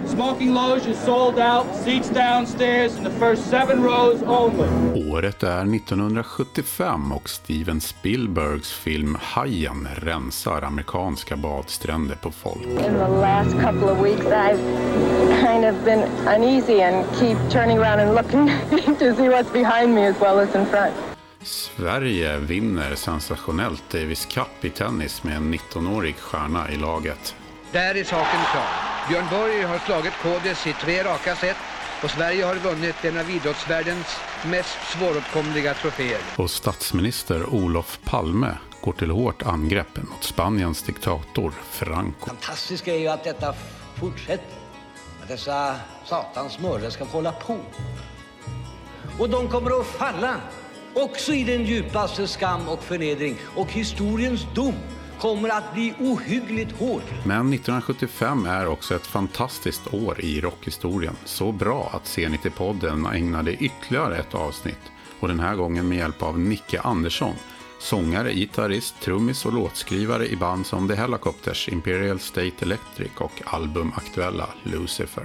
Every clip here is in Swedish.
Smoking loge is sold out. Seats downstairs in the first 7 rows only. Året är 1975 och Steven Spielbergs film Hajen rensar amerikanska badstränder på folk. In the last couple of weeks I've kind of been uneasy and keep turning around and looking to see what's behind me as well as in front. Sverige vinner sensationellt Davis Cup i tennis med en 19-årig stjärna i laget. Där är saken klar. Björn Borg har slagit Kodes i 3 raka set och Sverige har vunnit en av idrottsvärldens mest svåråtkomliga troféer. Och statsminister Olof Palme går till hårt angrepp mot Spaniens diktator Franco. Fantastiska är ju att detta fortsätter. Att dessa satans mördare ska få hålla på. Och de kommer att falla också i den djupaste skam och förnedring. Och historiens dom kommer att bli ohyggligt hård. Men 1975 är också ett fantastiskt år i rockhistorien. Så bra att C90-podden ägnade ytterligare ett avsnitt. Och den här gången med hjälp av Nicke Andersson. Sångare, gitarrist, trummis och låtskrivare i band som The Helicopters, Imperial State Electric och albumaktuella Lucifer.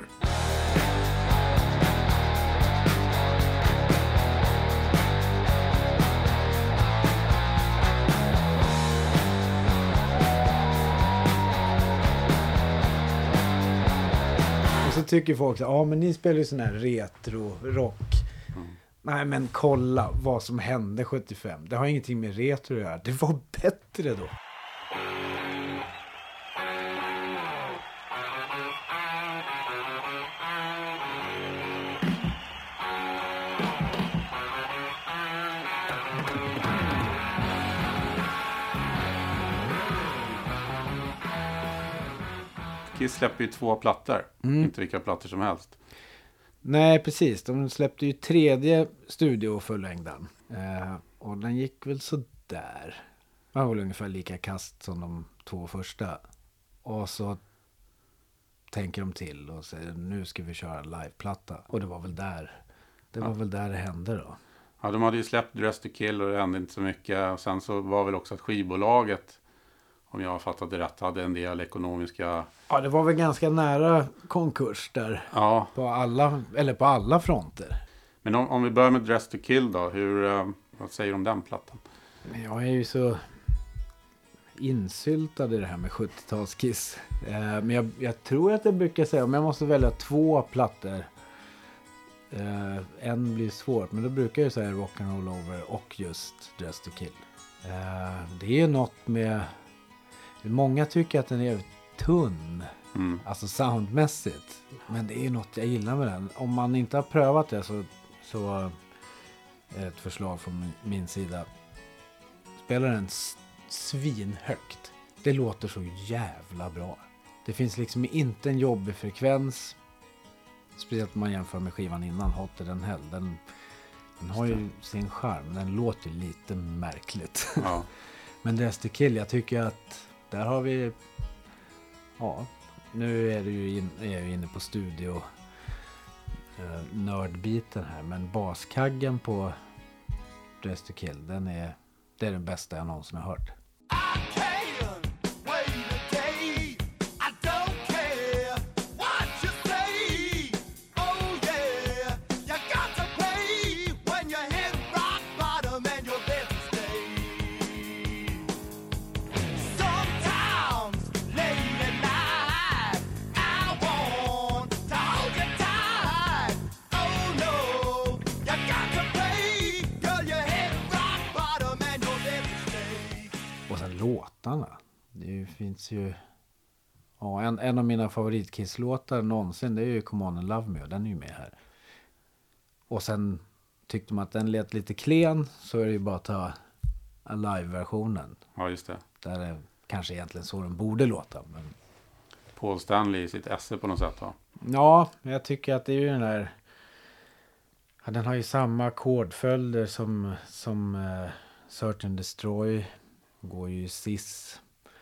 Så tycker folk så, ja men ni spelar ju sån här retro-rock. Nej men kolla vad som hände 75. Det har ingenting med retro att göra. Det var bättre då. Kiss släpper ju 2 plattor. Inte vilka plattor som helst. Nej, precis. De släppte ju 3:e studiofullängden. Och den gick väl så där. Den var väl ungefär lika kast som de 2 första. Och så tänker de till och säger nu ska vi köra en liveplatta. Och det var väl där. Det var väl där det hände då. Ja, de hade ju släppt Dress to Kill och det hände inte så mycket. Och sen så var väl också att skivbolaget, om jag har fattat det rätt, hade en del ekonomiska... Ja, det var väl ganska nära konkurs där. Ja. På alla fronter. Men om vi börjar med Dress to Kill då, vad säger du om den plattan? Jag är ju så insyltad i det här med 70-talskiss. Men jag tror att jag brukar säga, om jag måste välja 2 plattor, en blir svårt, men då brukar jag säga Rock'n'Roll Over och just Dress to Kill. Det är ju något med... Många tycker att den är tunn. Alltså soundmässigt. Men det är något jag gillar med den. Om man inte har prövat det så är ett förslag från min sida. Spelar den svinhögt. Det låter så jävla bra. Det finns liksom inte en jobbig frekvens. Speciellt om man jämför med skivan innan, Hotter than Hell. Den har ju sin charm. Den låter lite märkligt. Ja. Men Dress to Kill, jag tycker att där har vi... Ja, nu är jag inne på studio nördbiten här. Men baskaggen på Dress to Kill, det är den bästa jag någonsin har hört. Låtarna. Det finns ju en av mina favoritkisslåtar någonsin, det är ju Come On and Love Me, och den är ju med här. Och sen tyckte man att den lät lite klen, så är det ju bara att ta live-versionen. Ja, just det. Där är kanske egentligen så den borde låta. Men... Paul Stanley i sitt esse på något sätt då. Ja, jag tycker att det är ju den där... Ja, den har ju samma ackordföljder som Search and Destroy. Går ju i SIS.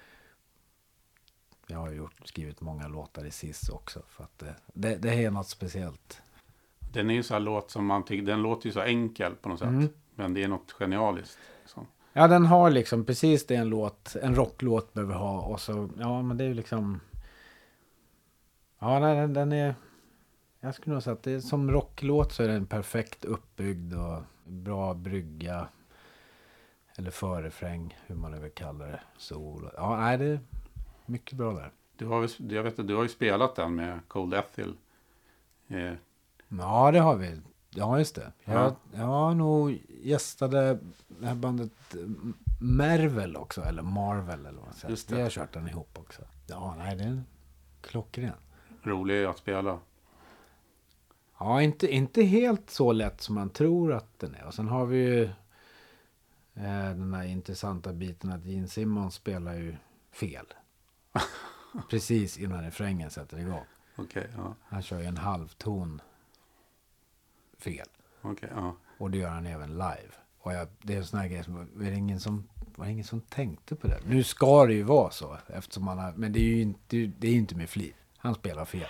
Jag har skrivit många låtar i SIS också. För att det är något speciellt. Den är ju så här låt som man tycker... Den låter ju så enkel på något sätt. Men det är något genialiskt. Liksom. Ja, den har liksom precis det en rocklåt behöver ha. Och så, ja men det är ju liksom... Ja, nej, den är... Jag skulle nog säga att det är, som rocklåt så är den perfekt uppbyggd och bra brygga. Eller förefräng, hur man nu vill kalla det. Sol. Ja, nej, det är mycket bra där. Jag vet att du har ju spelat den med Cold Ethyl. Ja, det har vi. Ja, just det. Jag har nog gästade det här bandet Marvel också. Eller Marvel eller vad man säger. Just det. Vi har kört den ihop också. Ja, nej, det är klockren. Rolig att spela. Ja, inte helt så lätt som man tror att den är. Och sen har vi ju den här intressanta biten att Gene Simmons spelar ju fel. Precis innan refrängen sätter igång. Okej, ja. Han kör ju en halvton fel. Okej, ja. Och det gör han även live. Och det är en sån här grej som var ingen som tänkte på det. Nu ska det ju vara så. Eftersom man har, men det är ju inte med flit. Han spelar fel.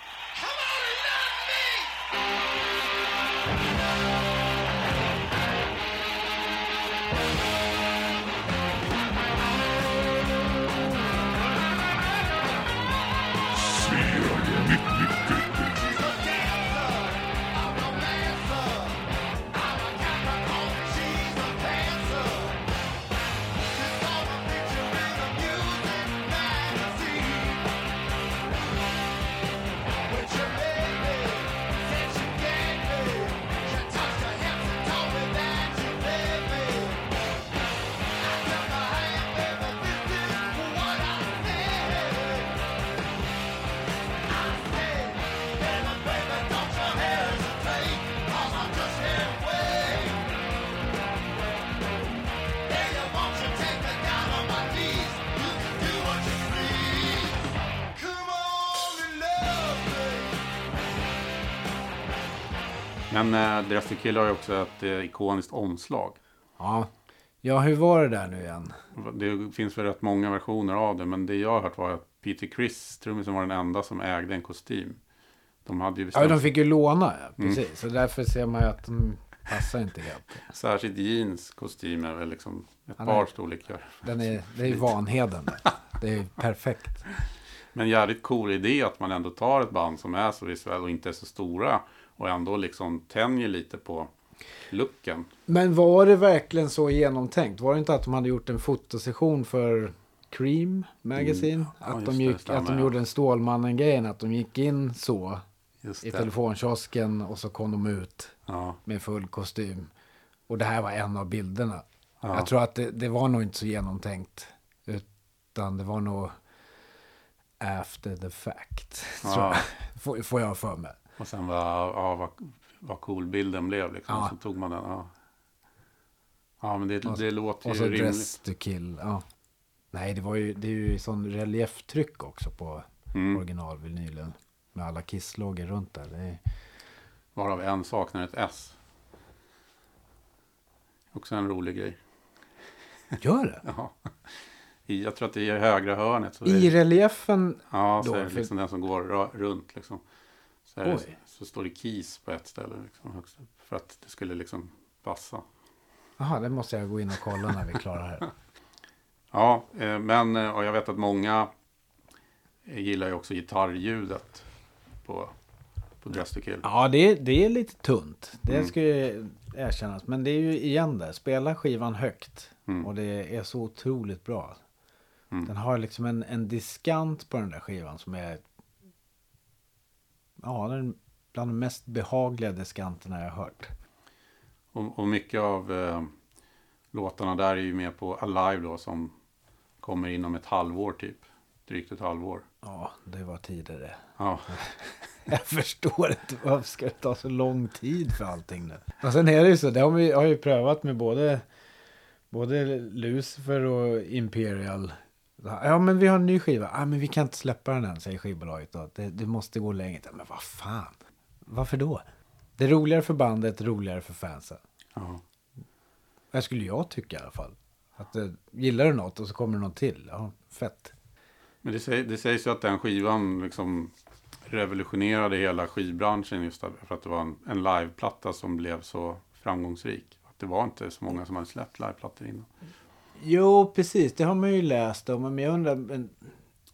Men Dress to Kill har ju också ett ikoniskt omslag. Ja, hur var det där nu igen? Det finns väl rätt många versioner av det, men det jag har hört var att Peter Criss, trummisen, var den enda som ägde en kostym. De hade ju de fick ju låna, precis. Så därför ser man ju att de passar inte helt. Särskilt Jeans kostym är väl liksom ett par storlekar. Det är Vanheden. Det är perfekt. Men jävligt cool idé att man ändå tar ett band som är så visuellt och inte är så stora och ändå liksom tänjer lite på looken. Men var det verkligen så genomtänkt? Var det inte att de hade gjort en fotosession för Cream Magazine? Att de gjorde en Stålmannen-grejen, att de gick in så i telefonkiosken och så kom de ut med full kostym. Och det här var en av bilderna. Ja. Jag tror att det var nog inte så genomtänkt, utan det var nog after the fact. Tror jag. Får jag för mig. Och sen vad cool bilden blev liksom. Så tog man den. Ja, men det låter ju rimligt. Och så Dress to Kill. Ja. Nej, det är ju sån relieftryck också på originalvinylen. Med alla kisslågor runt där. Det är... Varav en saknar ett S. Också en rolig grej. Gör det? Ja. Jag tror att det är högra hörnet. Så i reliefen? Ja, så är det liksom den som går runt liksom. Så står det Keys på ett ställe liksom, högst upp, för att det skulle liksom passa. Jaha, det måste jag gå in och kolla när vi är klara här. Ja, men och jag vet att många gillar ju också gitarrljudet på Dress to Kill. Ja, det är lite tunt. Det ska ju erkännas. Men det är ju igen där. Spela skivan högt. Och det är så otroligt bra. Den har liksom en diskant på den där skivan som är den bland de mest behagliga diskanterna jag har hört. Och mycket av låtarna där är ju med på Alive då, som kommer inom ett halvår typ. Drygt ett halvår. Ja, det var tidigare. Ja. Jag förstår inte varför ska det ta så lång tid för allting nu. Och sen är det ju så, det har ju prövat med både Lucifer och Imperial. Ja, men vi har en ny skiva. Ja, men vi kan inte släppa den än, säger skivbolaget då. Det måste gå längre. Men vad fan? Varför då? Det är roligare för bandet, roligare för fansen. Ja. Det skulle jag tycka i alla fall. Att gillar du något och så kommer det något till. Ja, fett. Men det sägs ju att den skivan liksom revolutionerade hela skivbranschen just för att det var en liveplatta som blev så framgångsrik. Att det var inte så många som hade släppt liveplattor innan. Jo, precis. Det har man ju läst om. Men jag undrar,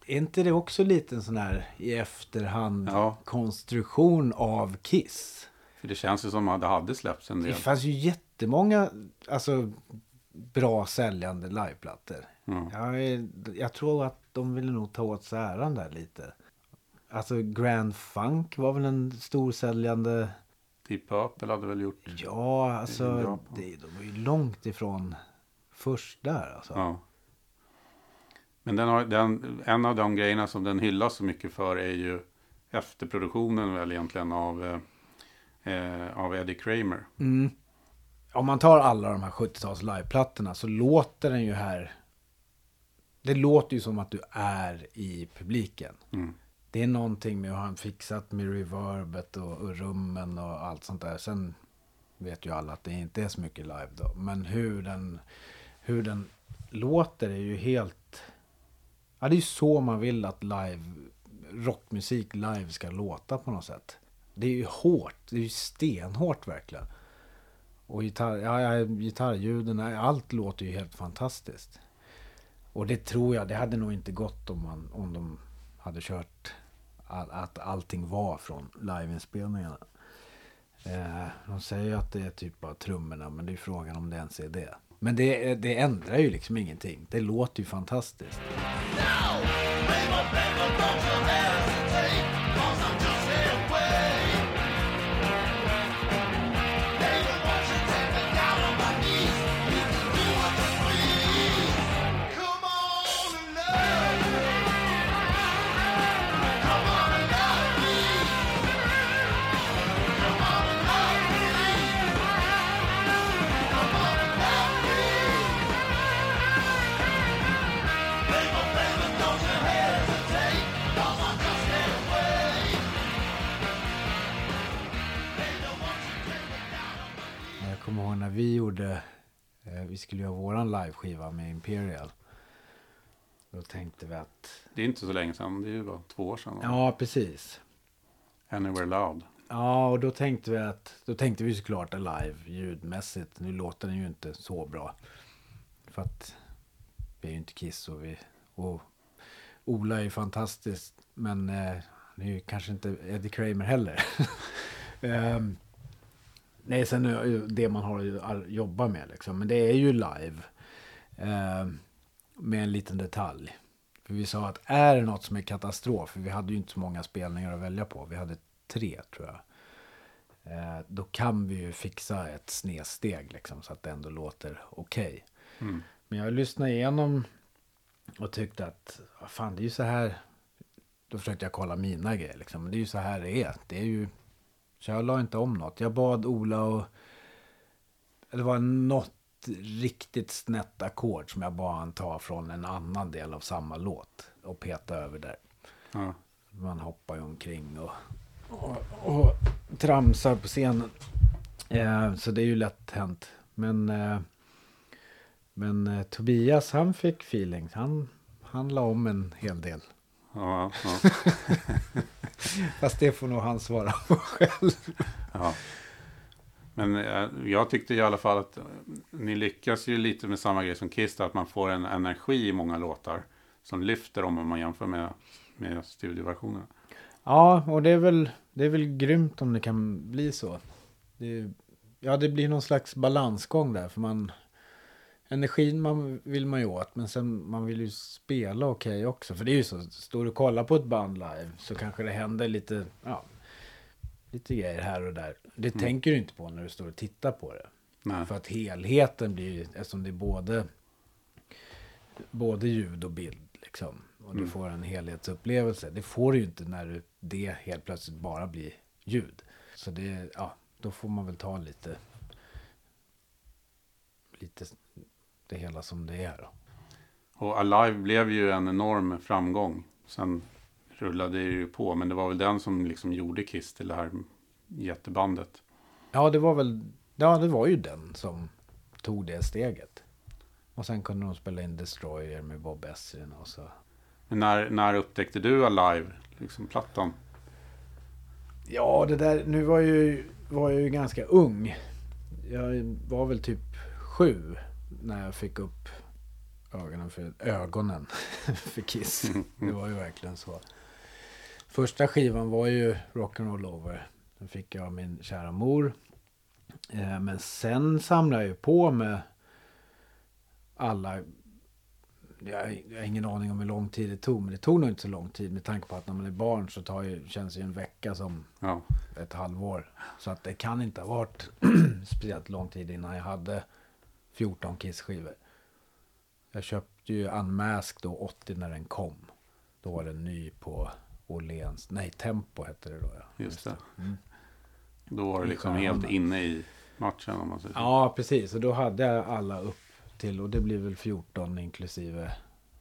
Är inte det också lite en sån här i efterhand konstruktion av Kiss? För det känns ju som att det hade släppts en del. Det fanns ju jättemånga alltså, bra säljande liveplattor. Jag tror att de ville nog ta åt sig äran där lite. Alltså Grand Funk var väl en storsäljande... Deep Purple hade väl gjort... Ja, alltså de var ju långt ifrån först där alltså. Ja. Men en av de grejerna som den hyllas så mycket för är ju efterproduktionen väl egentligen av Eddie Kramer. Mm. Om man tar alla de här 70-tals liveplattorna så låter den ju här... Det låter ju som att du är i publiken. Mm. Det är någonting med hur han fixat med reverbet och rummen och allt sånt där. Sen vet ju alla att det inte är så mycket live då. Men hur den låter är ju helt... Ja, det är ju så man vill att rockmusik live ska låta på något sätt. Det är ju hårt. Det är ju stenhårt verkligen. Och gitarrljuden, allt låter ju helt fantastiskt. Och det tror jag, det hade nog inte gått om de hade kört att allting var från liveinspelningarna. De säger ju att det är typ av trummorna, men det är frågan om det ens är det. Men det ändrar ju liksom ingenting. Det låter ju fantastiskt. När vi skulle göra våran liveskiva med Imperial, då tänkte vi att... Det är inte så länge sedan, det är ju bara 2 år sedan. Ja, precis. Anywhere Loud. Ja, och då tänkte vi såklart live ljudmässigt. Nu låter den ju inte så bra. För att vi är ju inte Kiss och Ola är ju fantastiskt, men det är ju kanske inte Eddie Kramer heller. Nej, sen är det det man har att jobba med liksom. Men det är ju live. Med en liten detalj. För vi sa att är det något som är katastrof. För vi hade ju inte så många spelningar att välja på. Vi hade 3 tror jag. Då kan vi ju fixa ett snedsteg liksom. Så att det ändå låter okej. Mm. Men jag lyssnade igenom. Och tyckte att fan, det är ju så här. Då försökte jag kolla mina grejer liksom. Men det är ju så här det är. Det är ju... Så jag la inte om något. Jag bad Ola och... Det var något riktigt snett ackord som jag bad han ta från en annan del av samma låt. Och peta över där. Ja. Man hoppar ju omkring och tramsar på scenen. Så det är ju lätt hänt. Men Tobias, han fick feeling. Han la om en hel del. Ja. Fast det får nog han svara på själv. Ja. Men jag tyckte i alla fall att ni lyckas ju lite med samma grej som Kiss, att man får en energi i många låtar som lyfter om man jämför med studioversionen. Ja, och det är väl grymt om det kan bli så. Det blir någon slags balansgång där, för energin vill man ju åt, men sen man vill ju spela okej också. För det är ju så, står du och kollar på ett band live så kanske det händer lite grejer här och där. Det tänker du inte på när du står och tittar på det. Nej. För att helheten blir ju, eftersom det är både ljud och bild liksom. Och du får en helhetsupplevelse. Det får du ju inte när det helt plötsligt bara blir ljud. Så då får man väl ta lite det hela som det är då. Och Alive blev ju en enorm framgång. Sen rullade det ju på, men det var väl den som liksom gjorde Kiss till det här jättebandet. Ja, det var ju den som tog det steget. Och sen kunde de spela in Destroyer med Bob Ezrin och så. Men när upptäckte du Alive, liksom plattan? Ja, det där, nu var jag ju ganska ung. Jag var väl typ 7 när jag fick upp ögonen för Kiss. Det var ju verkligen så. Första skivan var ju Rock'n'Roll Over. Den fick jag av min kära mor. Men sen samlade jag ju på med alla. Jag har ingen aning om hur lång tid det tog. Men det tog nog inte så lång tid. Med tanke på att när man är barn så känns ju en vecka som ett halvår. Så att det kan inte ha varit speciellt lång tid innan jag hade 14 Kiss-skivor. Jag köpte ju Unmasked då 80 när den kom. Då var den ny på Åhléns. Nej, Tempo hette det då. Ja. Just det. Då var det liksom helt inne i matchen om man säger så. Ja, precis. Och då hade jag alla upp till, och det blir väl 14 inklusive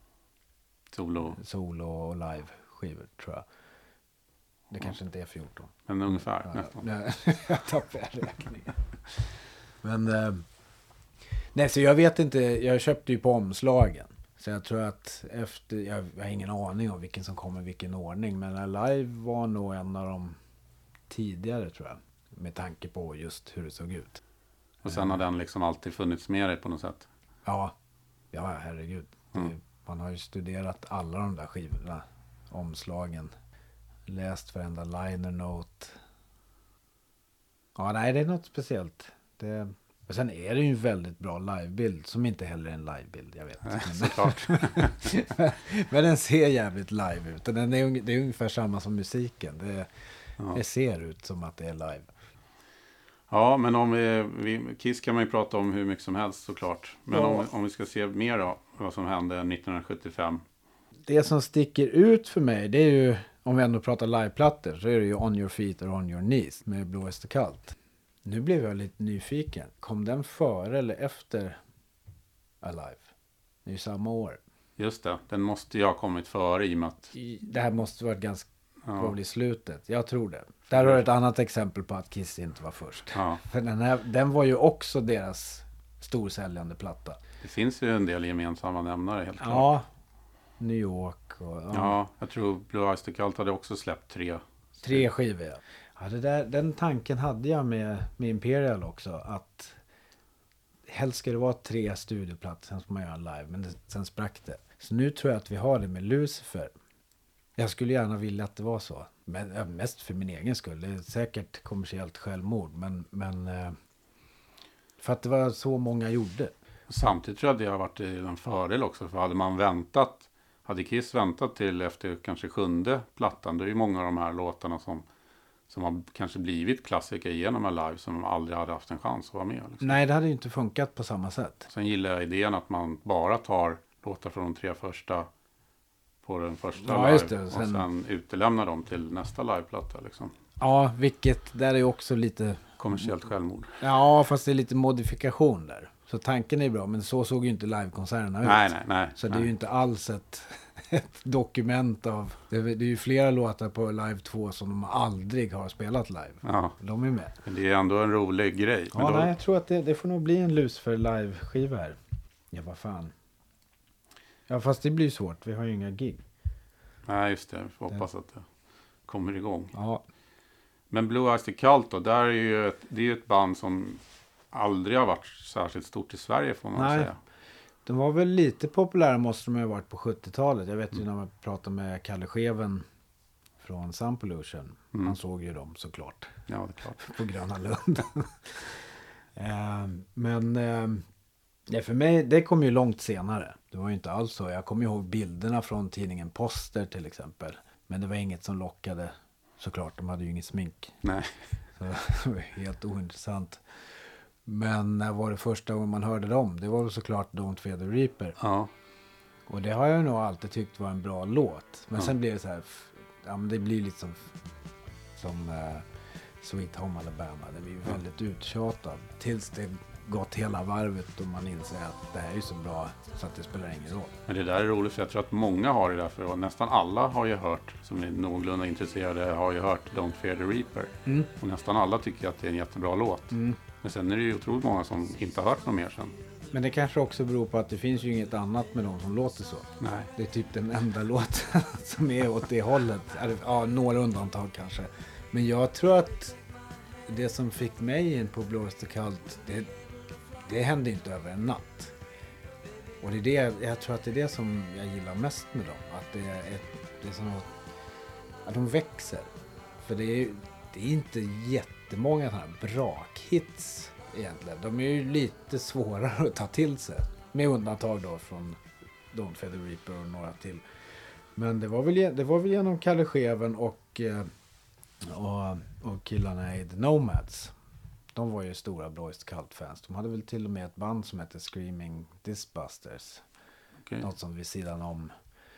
solo och live-skivor tror jag. Det kanske inte är 14. Men ungefär nästan. Jag tappade räkningen. Men nej, så jag vet inte. Jag köpte ju på omslagen. Så jag tror att jag har ingen aning om vilken som kommer i vilken ordning. Men Alive var nog en av de tidigare tror jag. Med tanke på just hur det såg ut. Och sen har den liksom alltid funnits med dig på något sätt. Ja herregud. Man har ju studerat alla de där skivorna. Omslagen. Läst varenda liner note. Ja, nej, det är något speciellt. Och sen är det ju en väldigt bra livebild. Som inte heller är en livebild, jag vet. Såklart. Men den ser jävligt live ut. Och det är ungefär samma som musiken. Det ser ut som att det är live. Ja, men om Kiss kan man ju prata om hur mycket som helst såklart. Men om vi ska se mer då, vad som hände 1975. Det som sticker ut för mig, det är ju, om vi ändå pratar liveplattor, så är det ju On Your Feet och On Your Knees med Blue Oyster Cult. Nu blev jag lite nyfiken. Kom den före eller efter Alive? Det är ju samma år. Just det, den måste ju ha kommit före i och med att... Det här måste varit ganska i slutet. Jag tror det. Där har du ett annat exempel på att Kiss inte var först. Ja. För den var ju också deras storsäljande platta. Det finns ju en del gemensamma nämnare helt klart. Ja, New York och... Ja, jag tror Blue Oyster Cult hade också släppt 3 skivor, ja. Den tanken hade jag med Imperial också. Att helst ska det vara 3 studioplattor, sen ska man göra live. Men sen sprack det. Så nu tror jag att vi har det med Lucifer. Jag skulle gärna vilja att det var så. Men mest för min egen skull. Det är säkert kommersiellt självmord. Men för att det var så många gjorde. Samtidigt tror jag att det har varit en fördel också. För hade Kiss väntat till efter kanske 7:e plattan. Då är ju många av de här låtarna som har kanske blivit klassiker genom Alive. Som aldrig hade haft en chans att vara med. Liksom. Nej, det hade ju inte funkat på samma sätt. Sen gillar jag idén att man bara tar låtar från de 3 första på den första live. Just det. Och sen utelämnar dem till nästa liveplatta liksom. Ja, vilket där är också lite... kommersiellt självmord. Ja, fast det är lite modifikation där. Så tanken är bra, men så såg ju inte livekonserterna ut. Nej. Så det är ju inte alls ett dokument av... Det är ju flera låtar på Live 2 som de aldrig har spelat live. Ja. De är med. Men det är ändå en rolig grej. Ja, nej, jag tror att det får nog bli en Lucifer live-skiva här. Ja, vad fan. Ja, fast det blir svårt. Vi har ju inga gig. Nej, just det. Vi får hoppas att det kommer igång. Ja. Men Blue Oyster Cult då, där är ju det är ett band som aldrig har varit särskilt stort i Sverige får man säga. De var väl lite populära måste de ha varit på 70-talet. Jag vet ju när man pratade med Kalle Scheven från Sun Pollution. Han såg ju dem såklart. Ja, det är klart. På Gröna Lund. Men för mig, det kom ju långt senare. Det var ju inte alls så. Jag kommer ihåg bilderna från tidningen Poster till exempel. Men det var inget som lockade. Såklart, de hade ju inget smink. Nej. Så det var helt ointressant. Men när var det första gången man hörde dem? Det var väl såklart Don't Fear the Reaper. Ja. Och det har jag nog alltid tyckt var en bra låt. Men sen blev det så här... Ja, men det blir lite som Sweet Home Alabama. Det blir ju väldigt uttjatad. Tills det gått hela varvet och man inser att det här är ju så bra så att det spelar ingen roll. Men det där är roligt för jag tror att många har det där. För nästan alla har ju hört, som är någorlunda intresserade, har ju hört Don't Fear the Reaper. Och nästan alla tycker att det är en jättebra låt. Men sen är det ju otroligt många som inte har hört något mer sen. Men det kanske också beror på att det finns ju inget annat med dem som låter så. Nej. Det är typ den enda låten som är åt det hållet. Ja, några undantag kanske. Men jag tror att det som fick mig in på Blue Oyster Cult, det hände inte över en natt. Och det är det, jag tror att det är det som jag gillar mest med dem. Att det är som att de växer. För det är inte jättemånga sådana här brakhits egentligen. De är ju lite svårare att ta till sig. Med undantag då från Don't Feather Reaper och några till. Men det var väl genom Kalle Scheven och killarna i The Nomads. De var ju stora Blåst Cult-fans. De hade väl till och med ett band som hette Screaming Disbusters. Okay. Något som vid sidan om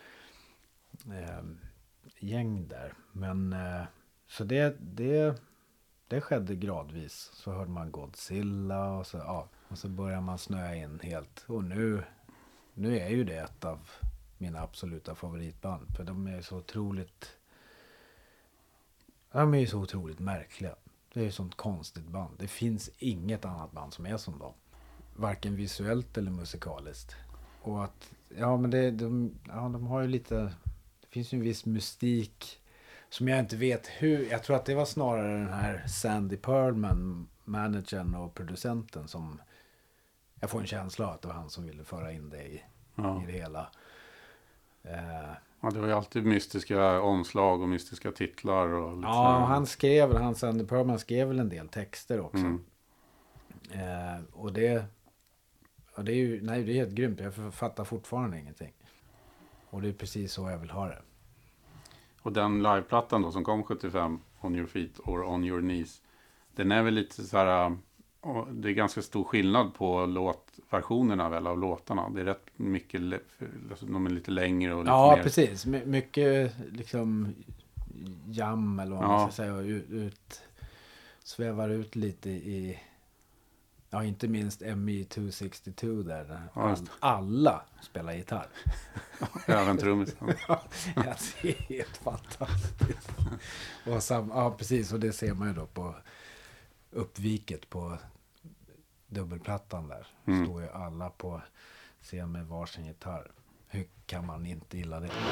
gäng där. Men så det skedde gradvis. Så hörde man Godzilla och så började man snöa in helt. Och nu är ju det ett av mina absoluta favoritband. För de är så otroligt märkliga. Det är ju sånt konstigt band. Det finns inget annat band som är som dem. Varken visuellt eller musikaliskt. Och att, de har ju lite, det finns ju en viss mystik som jag inte vet hur. Jag tror att det var snarare den här Sandy Pearlman, managern och producenten, som jag får en känsla av att det var han som ville föra in det i det hela. Ja, det var ju alltid mystiska omslag och mystiska titlar. Och lite han Sandy Pearlman skrev väl en del texter också. Och det är ju, det är helt grymt. Jag fattar fortfarande ingenting. Och det är precis så jag vill ha det. Och den liveplattan då som kom 75, On Your Feet or On Your Knees, den är väl lite så här, det är ganska stor skillnad på låtversionerna väl av låtarna. Det är rätt mycket, de är lite längre och lite mer. Ja, precis. Mycket liksom jam eller vad man ska säga, och svävar ut lite i, inte minst ME262 där alla spelar gitarr. Även trummis. Det är helt fantastiskt. Och precis, och det ser man ju då på uppviket på dubbelplattan där. Står ju alla på scen med varsin gitarr. Hur kan man inte gilla det?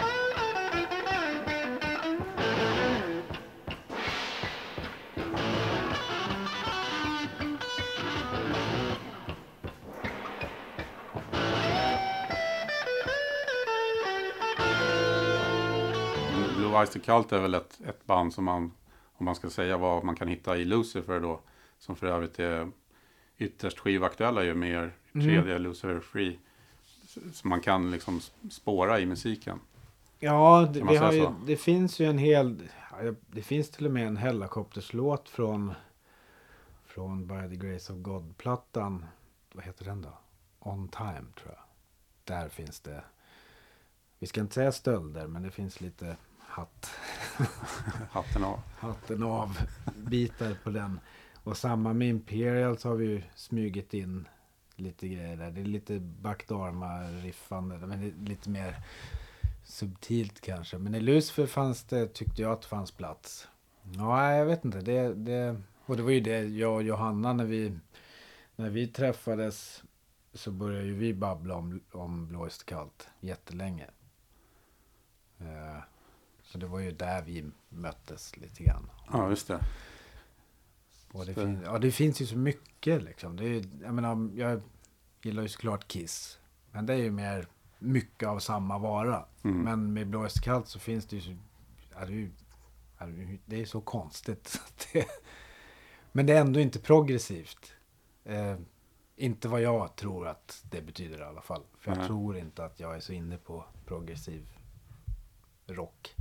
Blue Oyster Cult är väl ett band som man, om man ska säga vad man kan hitta i Lucifer då, som för övrigt är ytterst skivaktuella ju mer tredje Lucifer Free, som man kan liksom spåra i musiken. Ja, det finns ju det finns till och med en Hellacopters-låt från By the Grace of God-plattan. Vad heter den då? On Time, tror jag. Där finns det, vi ska inte säga stölder, men det finns lite hatten av bitar på den. Och samma med Imperial så har vi ju smugit in lite grejer där. Det är lite Backdarma-riffande, men det är lite mer subtilt kanske. Men i Lucifer tyckte jag att det fanns plats. Ja, jag vet inte. Och det var ju det jag och Johanna, när vi träffades, så började ju vi babbla om Blue Oyster Cult jättelänge. Så det var ju där vi möttes lite grann. Ja, just det. Och det finns ju så mycket liksom. Jag gillar ju såklart Kiss. Men det är ju mer mycket av samma vara. Men med Blue Oyster Cult så finns det ju så, det är så konstigt. Men det är ändå inte progressivt. Inte vad jag tror att det betyder i alla fall. För jag tror inte att jag är så inne på progressiv rock.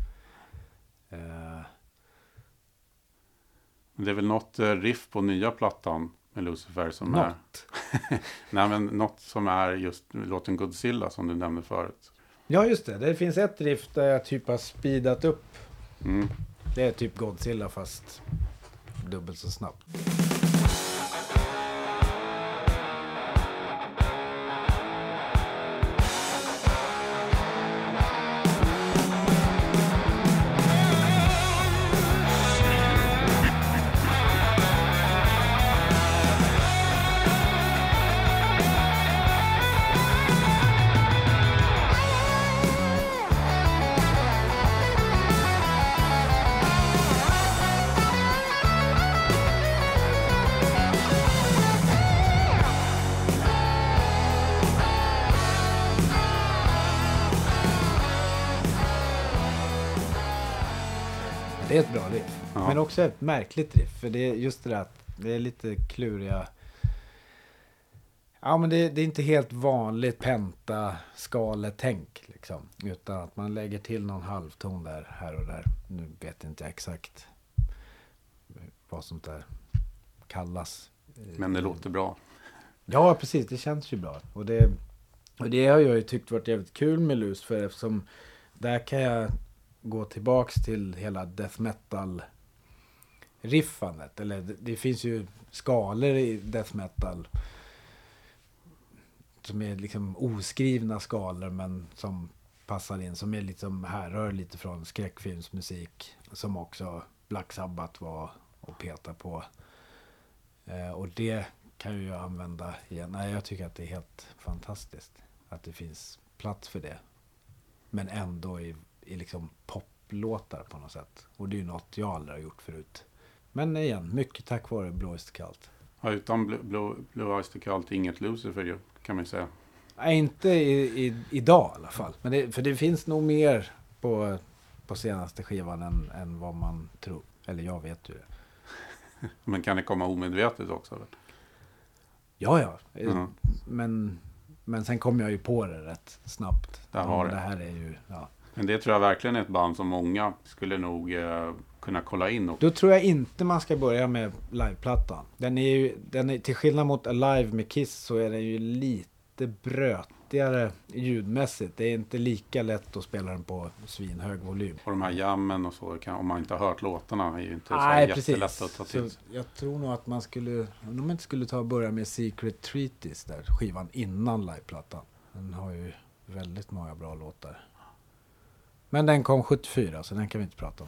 Det är väl något riff på nya plattan med Lucifer som är nej, men något som är just låten Godzilla som du nämnde förut. Ja, just det. Det finns ett riff där jag typ har speedat upp. Det är typ Godzilla fast dubbelt så snabbt. det är ett bra riff. Ja. Men också ett märkligt riff. För det är just det där att det är lite kluriga. Ja, men det är inte helt vanligt pentaskaletänk liksom. Utan att man lägger till någon halvton där, här och där. Nu vet inte jag exakt vad sånt där kallas. Men det låter bra. Ja, precis. Det känns ju bra. Och det har jag ju tyckt varit jävligt kul med Lust. För eftersom där kan jag gå tillbaks till hela death metal riffandet. Eller det finns ju skalor i death metal som är liksom oskrivna skalor men som passar in. Som är liksom härrör lite från skräckfilmsmusik. Som också Black Sabbath var och peta på. Och det kan ju jag använda igen. Nej, jag tycker att det är helt fantastiskt att det finns plats för det. Men ändå i liksom poplåtar på något sätt. Och det är ju något jag aldrig har gjort förut. Men igen, mycket tack vare Blue Oyster Cult. Ja, utan Blue Oyster Cult inget Lucifer ju, kan man ju säga. Nej, inte idag i alla fall. Men för det finns nog mer på senaste skivan än vad man tror. Eller jag vet ju det. Men kan det komma omedvetet också? Eller? Ja. Men sen kom jag ju på det rätt snabbt. Det här är ju... Ja. Men det tror jag verkligen är ett band som många skulle nog kunna kolla in. Och... Då tror jag inte man ska börja med liveplattan. Den är till skillnad mot Alive med Kiss så är den ju lite brötigare ljudmässigt. Det är inte lika lätt att spela den på svinhög volym. Och de här jammen och så, om man inte har hört låtarna, är ju inte så jättelätt att ta till. Så jag tror nog att man skulle, om de inte skulle ta och börja med Secret Treatise där, skivan innan liveplattan. Den har ju väldigt många bra låtar. Men den kom 74, så den kan vi inte prata om.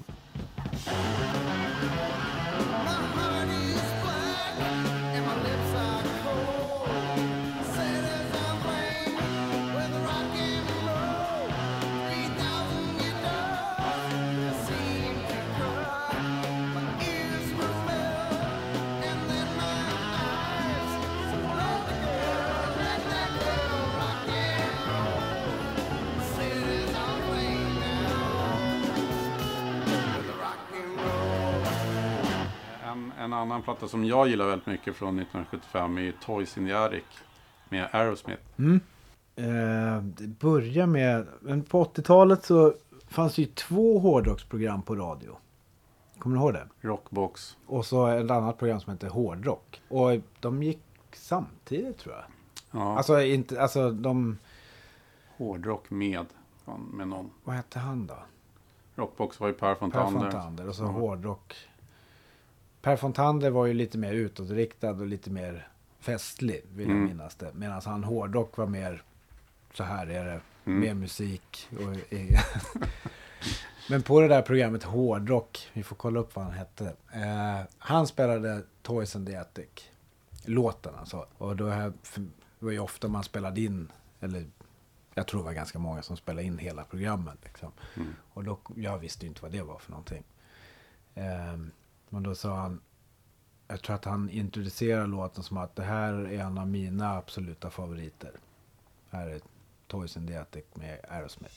En annan platta som jag gillar väldigt mycket från 1975 är Toys in the Attic med Aerosmith. Det börjar med... Men på 80-talet så fanns det ju 2 hårdrocksprogram på radio. Kommer du ihåg det? Rockbox. Och så ett annat program som heter Hårdrock. Och de gick samtidigt tror jag. Ja. Alltså de... Hårdrock med någon. Vad hette han då? Rockbox var ju Per Fontander. Per Fontander och så Hårdrock... Per Fontander var ju lite mer utåtriktad och lite mer festlig, vill jag minnas det. Medan han Hårdrock var mer, så här är det, mer musik. Men på det där programmet Hårdrock, vi får kolla upp vad han hette. Han spelade Toys in the Attic, låten alltså. Och då var ju ofta man spelade in, eller jag tror det var ganska många som spelade in hela programmet. Liksom. Och då, jag visste ju inte vad det var för någonting. Men då sa han, jag tror att han introducerar låten som att det här är en av mina absoluta favoriter. Här är Toys in the Attic med Aerosmith.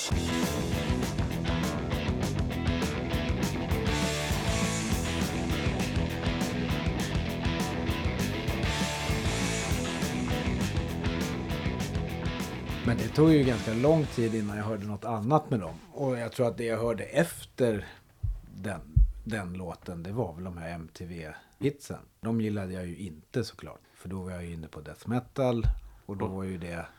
Men det tog ju ganska lång tid innan jag hörde något annat med dem. Och jag tror att det jag hörde efter den låten, det var väl de här MTV-hitsen. De gillade jag ju inte såklart. För då var jag ju inne på death metal. Och då var ju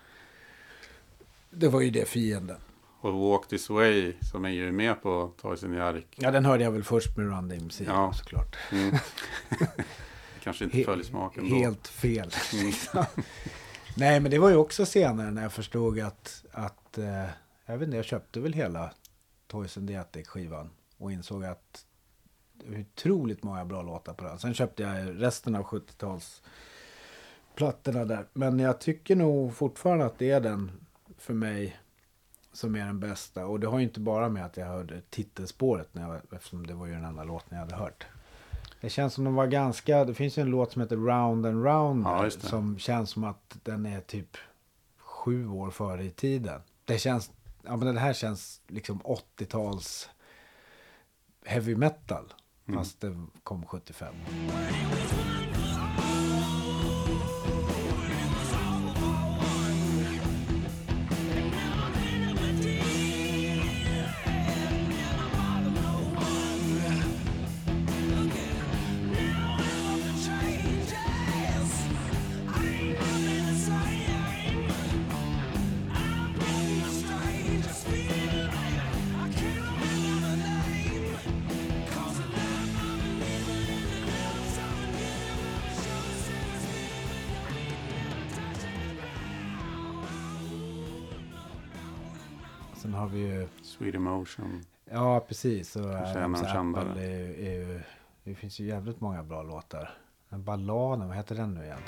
det var ju det fienden. Och Walk This Way som är ju med på Toys in the Attic. Ja, den hörde jag väl först med Run DMC såklart. Kanske inte följer smaken då. Helt fel. Nej, men det var ju också senare när jag förstod att jag vet inte, jag köpte väl hela Toys in the Attic-skivan. Och insåg att det var otroligt många bra låtar på den. Sen köpte jag resten av 70-talsplattorna där. Men jag tycker nog fortfarande att det är den för mig som är den bästa. Och det har ju inte bara med att jag hörde titelspåret eftersom det var ju den enda låten jag hade hört. Det känns som de var ganska... Det finns ju en låt som heter Round and Round som känns som att den är typ 7 år före i tiden. Det känns... Ja, men det här känns liksom 80-tals heavy metal. Fast det kom 75. Sen har vi ju... Sweet Emotion. Ja, precis. Och det finns ju jävligt många bra låtar. Den balladen, vad heter den nu igen?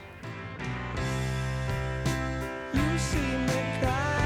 You see me cry,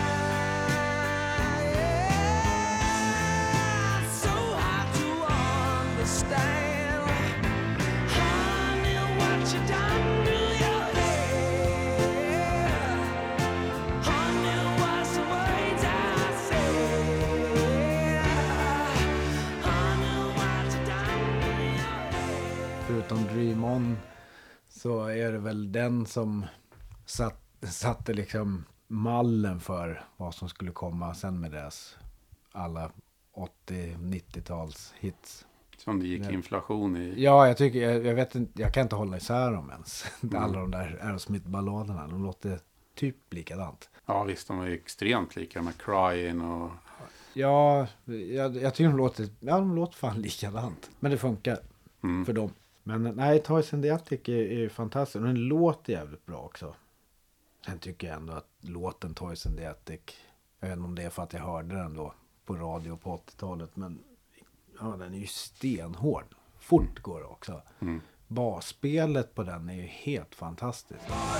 yeah. So hard to understand. Honey, what you done to your head? Honey, what's the words I say? Honey, what you done to your head? Förutom Dream On så är det väl den som satte liksom mallen för vad som skulle komma sen med deras alla 80-90-tals hits. Som det gick inflation i. Ja, jag vet inte, jag kan inte hålla isär dem ens. Alla de där Aerosmith-balladerna, de låter typ likadant. Ja visst, de är extremt lika med Crying och... Ja, jag tycker de låter fan likadant. Men det funkar för dem. Men nej, Toys and the Attic är fantastiskt. Och den låter jävligt bra också. Sen tycker jag ändå att låten Toys and the Attic, jag vet inte om det är för att jag hörde den då på radio på 80-talet, men ja, den är ju stenhård. Fort går det också. Basspelet på den är ju helt fantastiskt.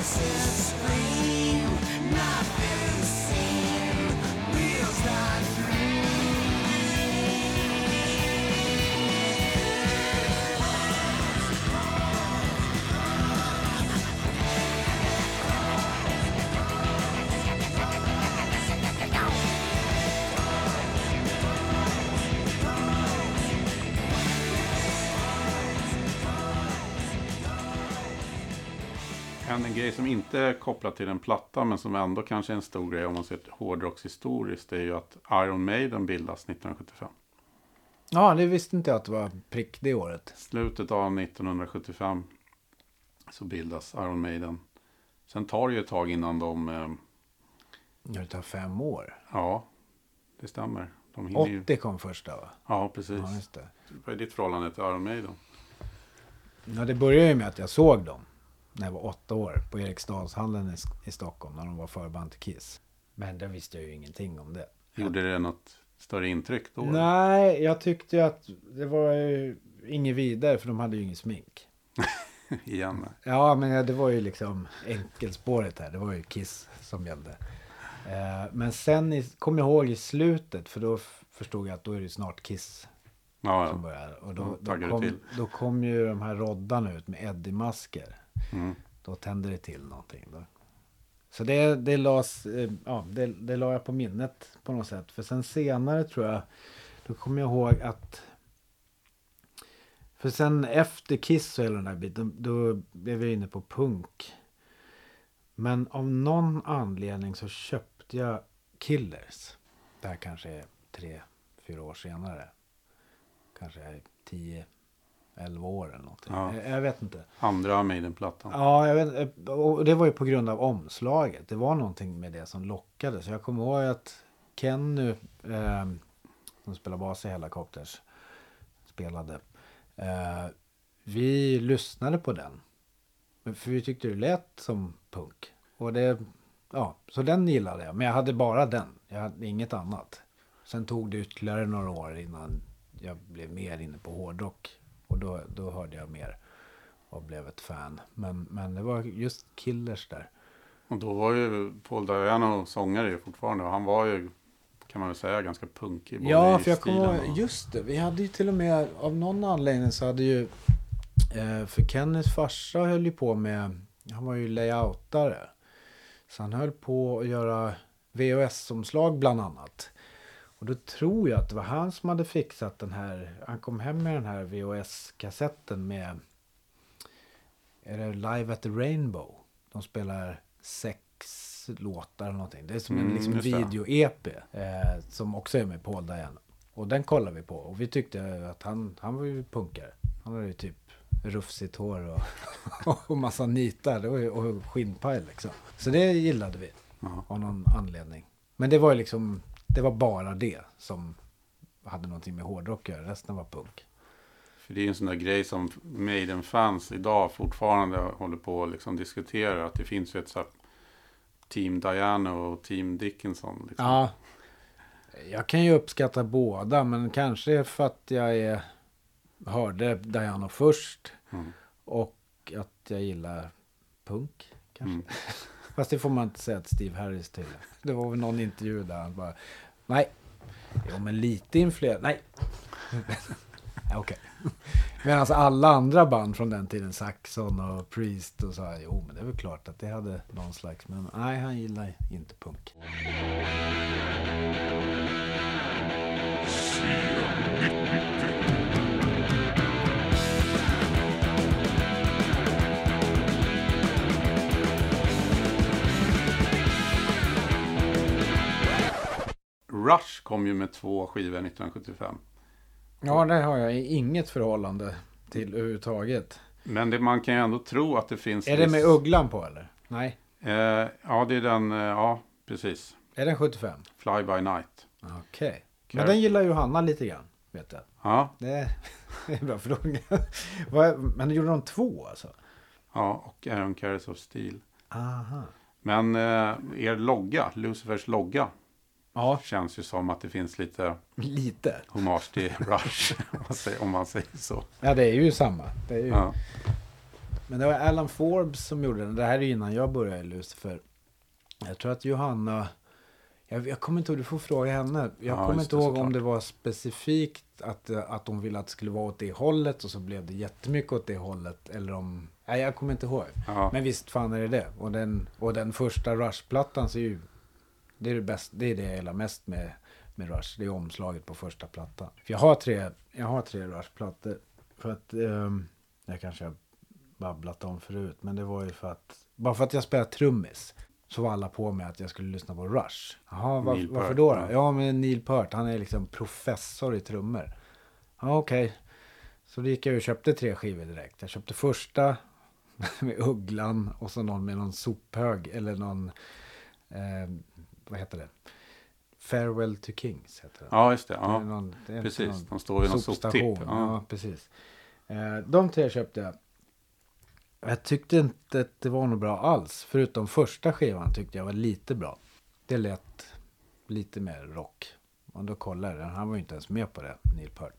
En grej som inte är kopplad till en platta men som ändå kanske är en stor grej om man ser hårdrockshistoriskt, det är ju att Iron Maiden bildas 1975. Ja, det visste inte jag att det var prick det året. Slutet av 1975 så bildas Iron Maiden. Sen tar det ju ett tag innan de... Det tar 5 år. Ja, det stämmer. 80 kom första, va? Ja, precis. Ja, just det. Vad är ditt förhållande till Iron Maiden? Ja, det började ju med att jag såg dem när jag var 8 år på Eriksdalshallen i Stockholm när de var förband till Kiss. Men då visste jag ju ingenting om det. Gjorde det något större intryck då? Nej, jag tyckte att det var ju inget vidare för de hade ju ingen smink. Igen. Ja, men det var ju liksom enkelspåret här. Det var ju Kiss som gällde. Men sen kom jag ihåg i slutet, för då förstod jag att då är det snart Kiss som börjar. Och då kom ju de här roddarna ut med Eddie-masker. Då tände det till någonting då. Så det la jag på minnet på något sätt. För sen senare tror jag, då kommer jag ihåg att, för sen efter Kiss och hela den här biten, då blev vi inne på punk. Men av någon anledning så köpte jag Killers. Det här kanske är 3-4 år senare. Kanske är 10-11 år eller någonting. Ja. Jag vet inte. Andra Maiden-plattan. Ja, jag vet, och det var ju på grund av omslaget. Det var någonting med det som lockade. Så jag kommer ihåg att Kenny, som spelar bas i Hellacopters, spelade. Vi lyssnade på den. För vi tyckte det lät som punk. Och det, ja, så den gillade jag. Men jag hade bara den. Jag hade inget annat. Sen tog det ytterligare några år innan jag blev mer inne på hårdrock. Och då hörde jag mer och blev ett fan. Men det var just Killers där. Och då var ju Paul Dayano sångare ju fortfarande. Och han var ju, kan man väl säga, ganska punkig. Ja, för jag kommer just det. Vi hade ju till och med, av någon anledning så hade ju, för Kennys farsa höll ju på med, han var ju layoutare. Så han höll på att göra VHS-omslag bland annat. Och då tror jag att det var han som hade fixat den här. Han kom hem med den här VHS-kassetten med. Är det Live at the Rainbow? De spelar 6 låtar eller någonting. Det är som en liksom video-EP. Som också är med Paul Diana. Och den kollar vi på. Och vi tyckte att han var ju punkare. Han hade ju typ rufsigt hår och massa nitar. Och skinnpaj liksom. Så det gillade vi. Av någon anledning. Men det var ju liksom. Det var bara det som hade någonting med hårdrock att göra. Resten var punk. För det är en sån där grej som Maiden-fans idag fortfarande håller på att liksom diskutera. Att det finns ju ett så här Team Diana och Team Dickinson. Liksom. Ja, jag kan ju uppskatta båda. Men kanske för att jag hörde Diana först. Och att jag gillar punk kanske. Fast det får man inte säga att Steve Harris till. Det var väl någon intervju där han bara, nej. Jo, men lite influerad. Nej. Okej. Men alltså alla andra band från den tiden, Saxon och Priest och så här, jo men det är väl klart att det hade någon slags, men nej, han gillar inte punk. Rush kom ju med 2 skivor 1975. Ja, det har jag inget förhållande till överhuvudtaget. Men man kan ju ändå tro att det finns... Är det med Ugglan på eller? Nej. Ja, det är den... ja, precis. Är den 75? Fly by Night. Okej. Men den gillar Johanna lite grann, vet jag. Ja. Det är bra fråga. Men gjorde de 2 alltså? Ja, och Aaron Carries of Steel. Aha. Men er logga, Lucifers logga, känns ju som att det finns lite hommage till Rush, om man säger så. Ja, det är ju samma. Det är ju... Ja. Men det var Alan Forbes som gjorde den. Det här är innan jag började i Lucifer. Jag tror att Johanna... Jag kommer inte ihåg, du får fråga henne. Jag kommer inte ihåg om det var specifikt att de ville att det skulle vara åt det hållet och så blev det jättemycket åt det hållet. Eller om... Nej, jag kommer inte ihåg. Ja. Men visst fan är det. Och den första Rush-plattan så är ju... Det är det bästa, det är det jag gillar mest med Rush. Det är omslaget på första plattan. För jag har tre Rush-plattor. För att jag kanske har babblat om förut. Men det var ju bara för att jag spelar trummis. Så var alla på mig att jag skulle lyssna på Rush. Jaha, varför då? Ja, men Neil Peart, han är liksom professor i trummor. Ja, okej. Så då gick jag och köpte 3 skivor direkt. Jag köpte första med Ugglan och så någon med någon sophög eller någon... vad heter det? Farewell to Kings heter det. Ja, just det. Ja. Det är precis, de står vid någon soptipp. Ja, precis. De 3 köpte jag. Jag tyckte inte att det var något bra alls. Förutom första skivan tyckte jag var lite bra. Det lät lite mer rock. Och då kollade jag, han var ju inte ens med på det, Neil Peart.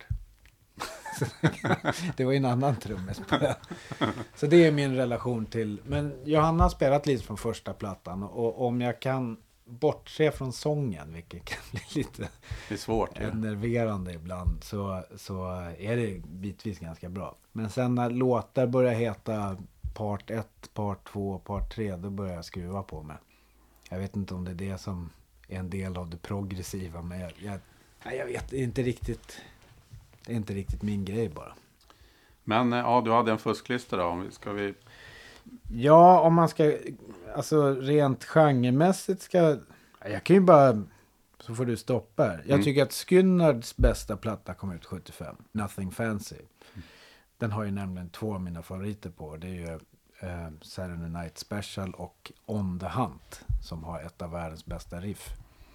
Det var ju en annan trummis på det. Så det är min relation till... Men Johanna har spelat lite från första plattan. Och om jag kan bortse från sången, vilket kan bli lite det är svårt, enerverande ibland, så är det bitvis ganska bra. Men sen när låtar börjar heta part 1, part 2, part 3, då börjar jag skruva på mig. Jag vet inte om det är det som är en del av det progressiva, men jag vet inte riktigt. Det är inte riktigt min grej bara. Men ja, du hade en fusklista då. Ska vi... Ja, om man ska... Alltså rent genremässigt ska... Jag kan ju bara... Så får du stoppa här. Jag tycker att Skynyrds bästa platta kom ut 75. Nothing Fancy. Den har ju nämligen 2 av mina favoriter på. Det är ju Saturday Night Special och On the Hunt. Som har ett av världens bästa riff.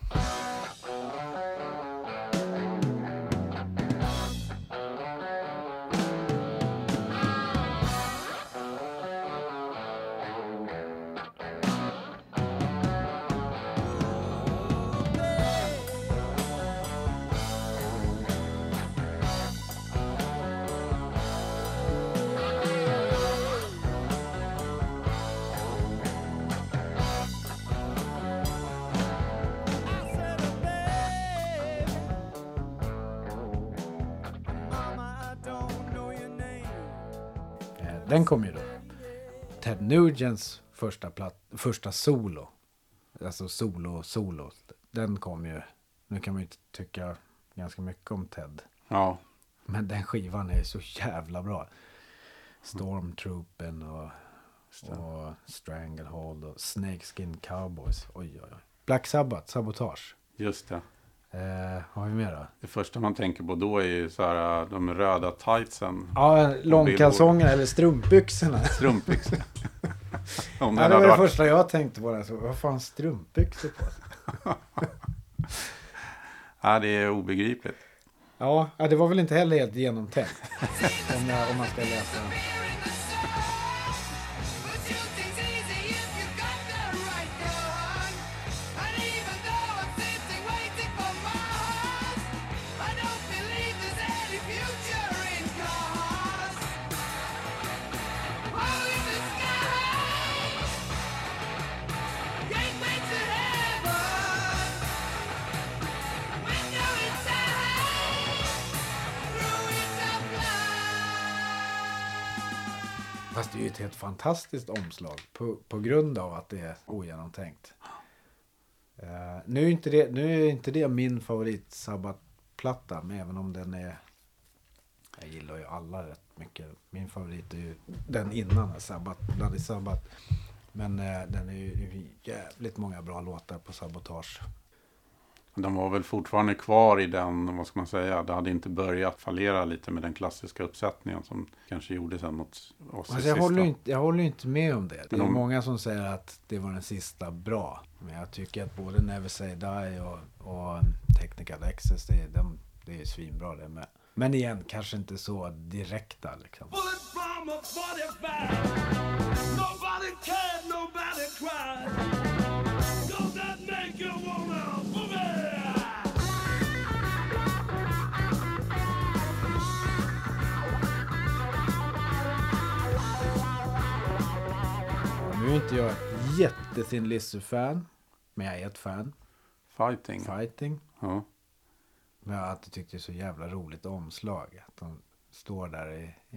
Den kom ju då. Ted Nugents första solo. Alltså solo. Den kom ju Nu kan man ju tycka ganska mycket om Ted. Ja. Men den skivan är så jävla bra. Stormtroopen och Stranglehold och Snakeskin Cowboys. Oj. Black Sabbath, Sabotage. Just det. Har vi mer då? Det första man tänker på då är ju så här de röda tightsen. Ja, långkalsongerna eller strumpbyxorna. Strumpbyxor. Ja, det var det första jag tänkte på. Alltså. Vad fan strumpbyxor på? Ja, det är obegripligt. Ja, det var väl inte heller helt genomtänkt. om man ska läsa. Fast det är ju ett helt fantastiskt omslag på grund av att det är ogenomtänkt. Nu är inte det min favorit Sabbath-platta, men även om den är... Jag gillar ju alla rätt mycket. Min favorit är ju den innan, Bloody Sabbath. Men den är ju jävligt många bra låtar på Sabotage. De var väl fortfarande kvar i den, vad ska man säga, det hade inte börjat fallera lite med den klassiska uppsättningen som kanske gjorde sen mot oss alltså jag håller inte med om det. Det är många som säger att det var den sista bra. Men jag tycker att både Never Say Die och Technical Access, det är svinbra det med. Men igen, kanske inte så direkta liksom. Nu är inte jag ett jättethin Lizzy-fan, men jag är ett fan. Fighting. Ja. Men jag har alltid tyckt det är så jävla roligt omslag. Att de står där i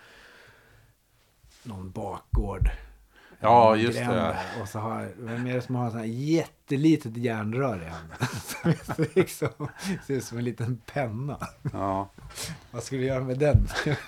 någon bakgård. Ja, just det. Och så vem är det som har en sån här jättelitet järnrör i handen? Liksom, ser ut som en liten penna. Ja. Vad ska du göra med den?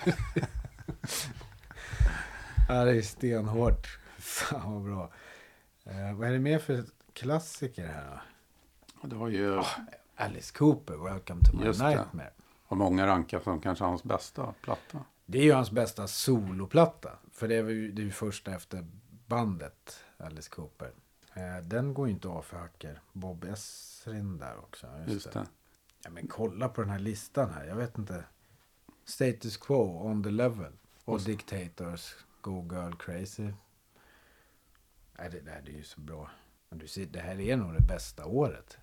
Ja, det är stenhårt. Fan vad bra. Vad är det mer för klassiker här då? Det var ju... Alice Cooper, Welcome to My Nightmare. Och många rankar som kanske hans bästa platta. Det är ju hans bästa soloplatta. För det är ju första efter bandet, Alice Cooper. Den går ju inte av för hacker. Bob Ezrin där också. Just det. Ja, men kolla på den här listan här. Jag vet inte. Status Quo, On the Level. Och Dictators, Go Girl Crazy. Nej, det är ju så bra. Men du ser, det här är nog det bästa året.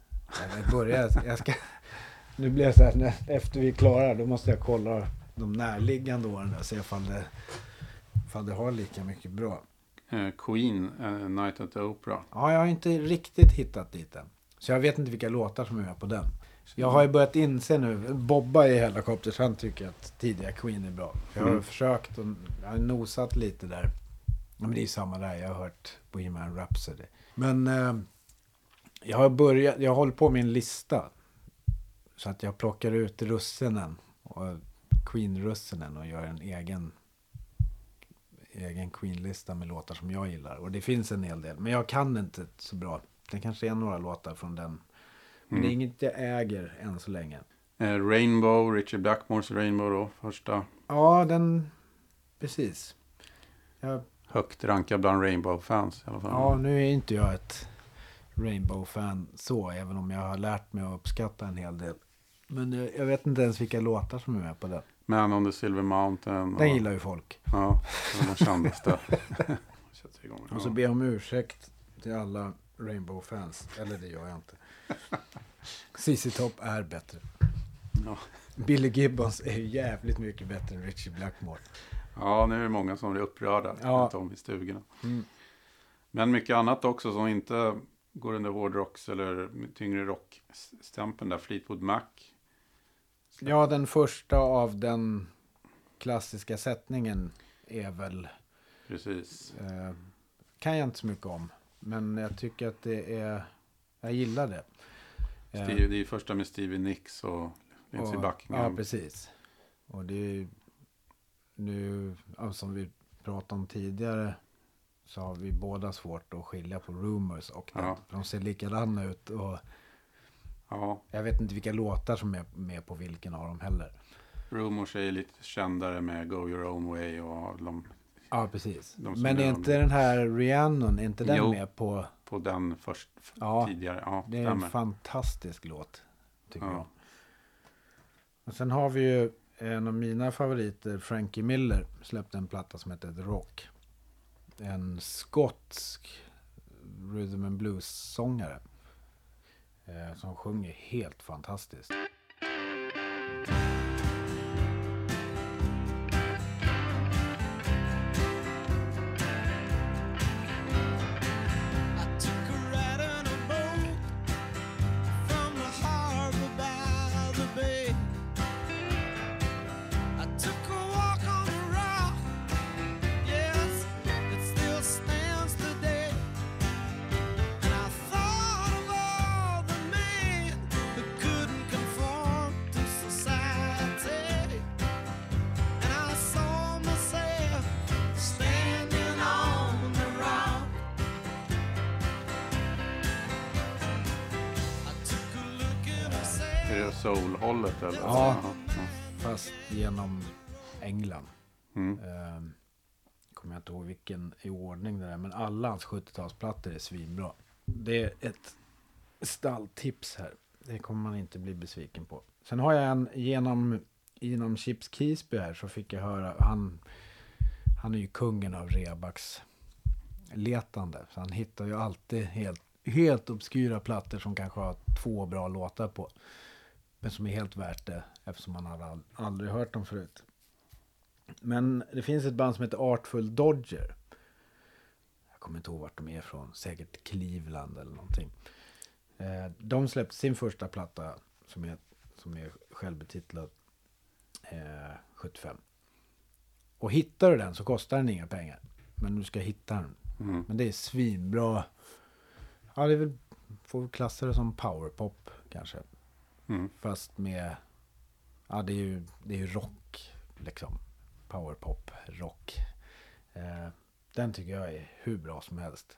Nu blir det så här, efter vi är klara, då måste jag kolla de närliggande åren och se ifall det har lika mycket bra. Queen, Night at the Opera. Ja, jag har inte riktigt hittat dit än. Så jag vet inte vilka låtar som är med på den. Jag har ju börjat inse nu, Bobba i Helicopters, han tycker att tidiga Queen är bra. Jag har försökt och jag har nosat lite där. Men det är samma där, jag har hört Bohemian Rhapsody. Men jag har hållit på med en lista. Så att jag plockar ut russinen och Queen-russinen och gör en egen Queen-lista med låtar som jag gillar. Och det finns en hel del, men jag kan inte så bra. Det kanske är några låtar från den. Men det är inget jag äger än så länge. Rainbow, Richard Blackmores Rainbow då, första. Ja, precis. Högt rankad bland Rainbow-fans i alla fall. Ja, nu är inte jag ett Rainbow-fan så, även om jag har lärt mig att uppskatta en hel del. Men jag vet inte ens vilka låtar som är med på den. Man on the Silver Mountain. Den gillar ju folk. Ja, de kändaste. Och så ber jag om ursäkt till alla Rainbow-fans. Eller det gör jag inte. ZZ Top är bättre. Ja. Billy Gibbons är ju jävligt mycket bättre än Richie Blackmore. Ja, nu är det många som blir upprörda runt om i stugorna. Men mycket annat också som inte går under hårdrocks eller tyngre rockstämpeln där. Fleetwood Mac. Ja, den första av den klassiska sättningen är väl... Precis. Kan jag inte så mycket om. Men jag tycker att det är... Jag gillar det. Det är ju första med Stevie Nicks och Lindsey Buckingham. Ja, precis. Och det är ju nu, som vi pratade om tidigare, så har vi båda svårt att skilja på Rumors och den. De ser likadana ut och jag vet inte vilka låtar som är med på vilken av dem heller. Rumors är lite kändare med Go Your Own Way och de... Ja, precis. Men är inte den här Rhiannon, är inte den med på den först tidigare? Ja, det är en fantastisk låt, tycker jag. Och sen har vi ju en av mina favoriter, Frankie Miller, släppte en platta som heter The Rock. En skotsk rhythm and blues-sångare som sjunger helt fantastiskt. Soul-hållet eller? Ja, fast genom England. Kommer jag inte ihåg vilken i ordning det är, men alla hans 70-talsplattor är svinbra. Det är ett stalltips här. Det kommer man inte bli besviken på. Sen har jag en genom Chips Keesby här, så fick jag höra, han är ju kungen av Rebaks letande. Så han hittar ju alltid helt obskyra plattor som kanske har 2 bra låtar på. Men som är helt värt det, eftersom man har aldrig hört dem förut. Men det finns ett band som heter Artful Dodger. Jag kommer inte ihåg vart de är från. Säkert Cleveland eller någonting. De släppte sin första platta som är självbetitlad 75. Och hittar du den så kostar den inga pengar. Men du ska hitta den. Men det är svinbra. Ja, det är väl, får klassa det som powerpop kanske. Fast med, det är ju rock liksom, powerpop, rock. Den tycker jag är hur bra som helst.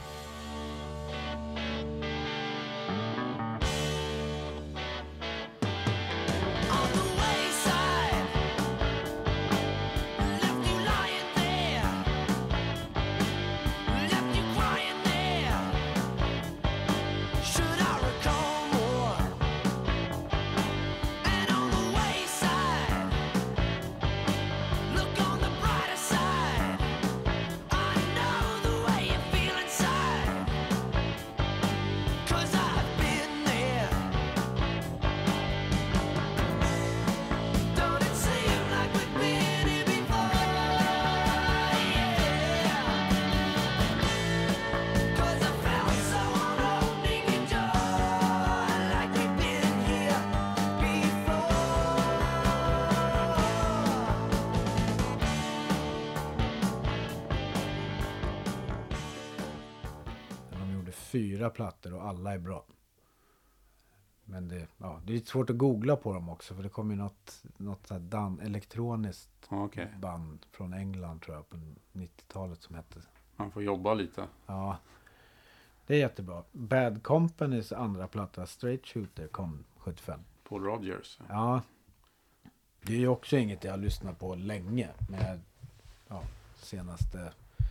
De gjorde 4 plattor och alla är bra. Men det är svårt att googla på dem också, för det kommer ju något elektroniskt band från England tror jag på 90-talet som hette. Man får jobba lite. Ja, det är jättebra. Bad Companys andra platta Straight Shooter kom 75. Paul Rodgers. Ja, det är ju också inget jag har lyssnat på länge, med senaste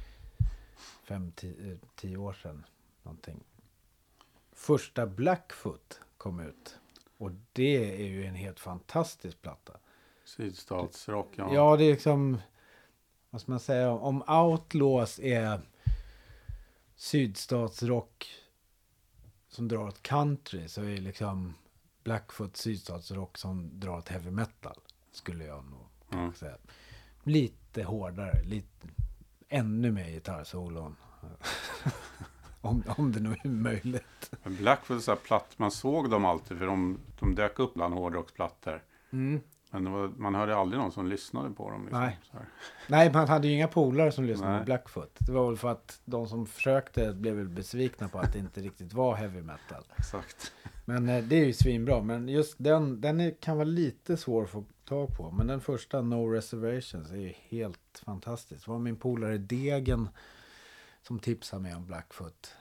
5-10 år sedan någonting. Första Blackfoot kom ut. Och det är ju en helt fantastisk platta. Sydstatsrock, Ja, det är liksom, vad ska man säga, om Outlaws är sydstatsrock som drar åt country, så är liksom Blackfoot sydstatsrock som drar åt heavy metal, skulle jag nog säga. Lite hårdare, ännu mer gitarrsolon. Om det nog är möjligt. Blackfoot är så här platt, man såg dem alltid för de dök upp bland hårdrocksplattor. Men man hörde aldrig någon som lyssnade på dem. Liksom, Nej. Så här. Nej, man hade ju inga polare som lyssnade på Blackfoot. Det var väl för att de som försökte blev väl besvikna på att det inte riktigt var heavy metal. Exakt. Men det är ju svinbra. Men just den kan vara lite svår att få tag på. Men den första, No Reservations, är ju helt fantastisk. Det var min polare Degen som tipsade mig om Blackfoot.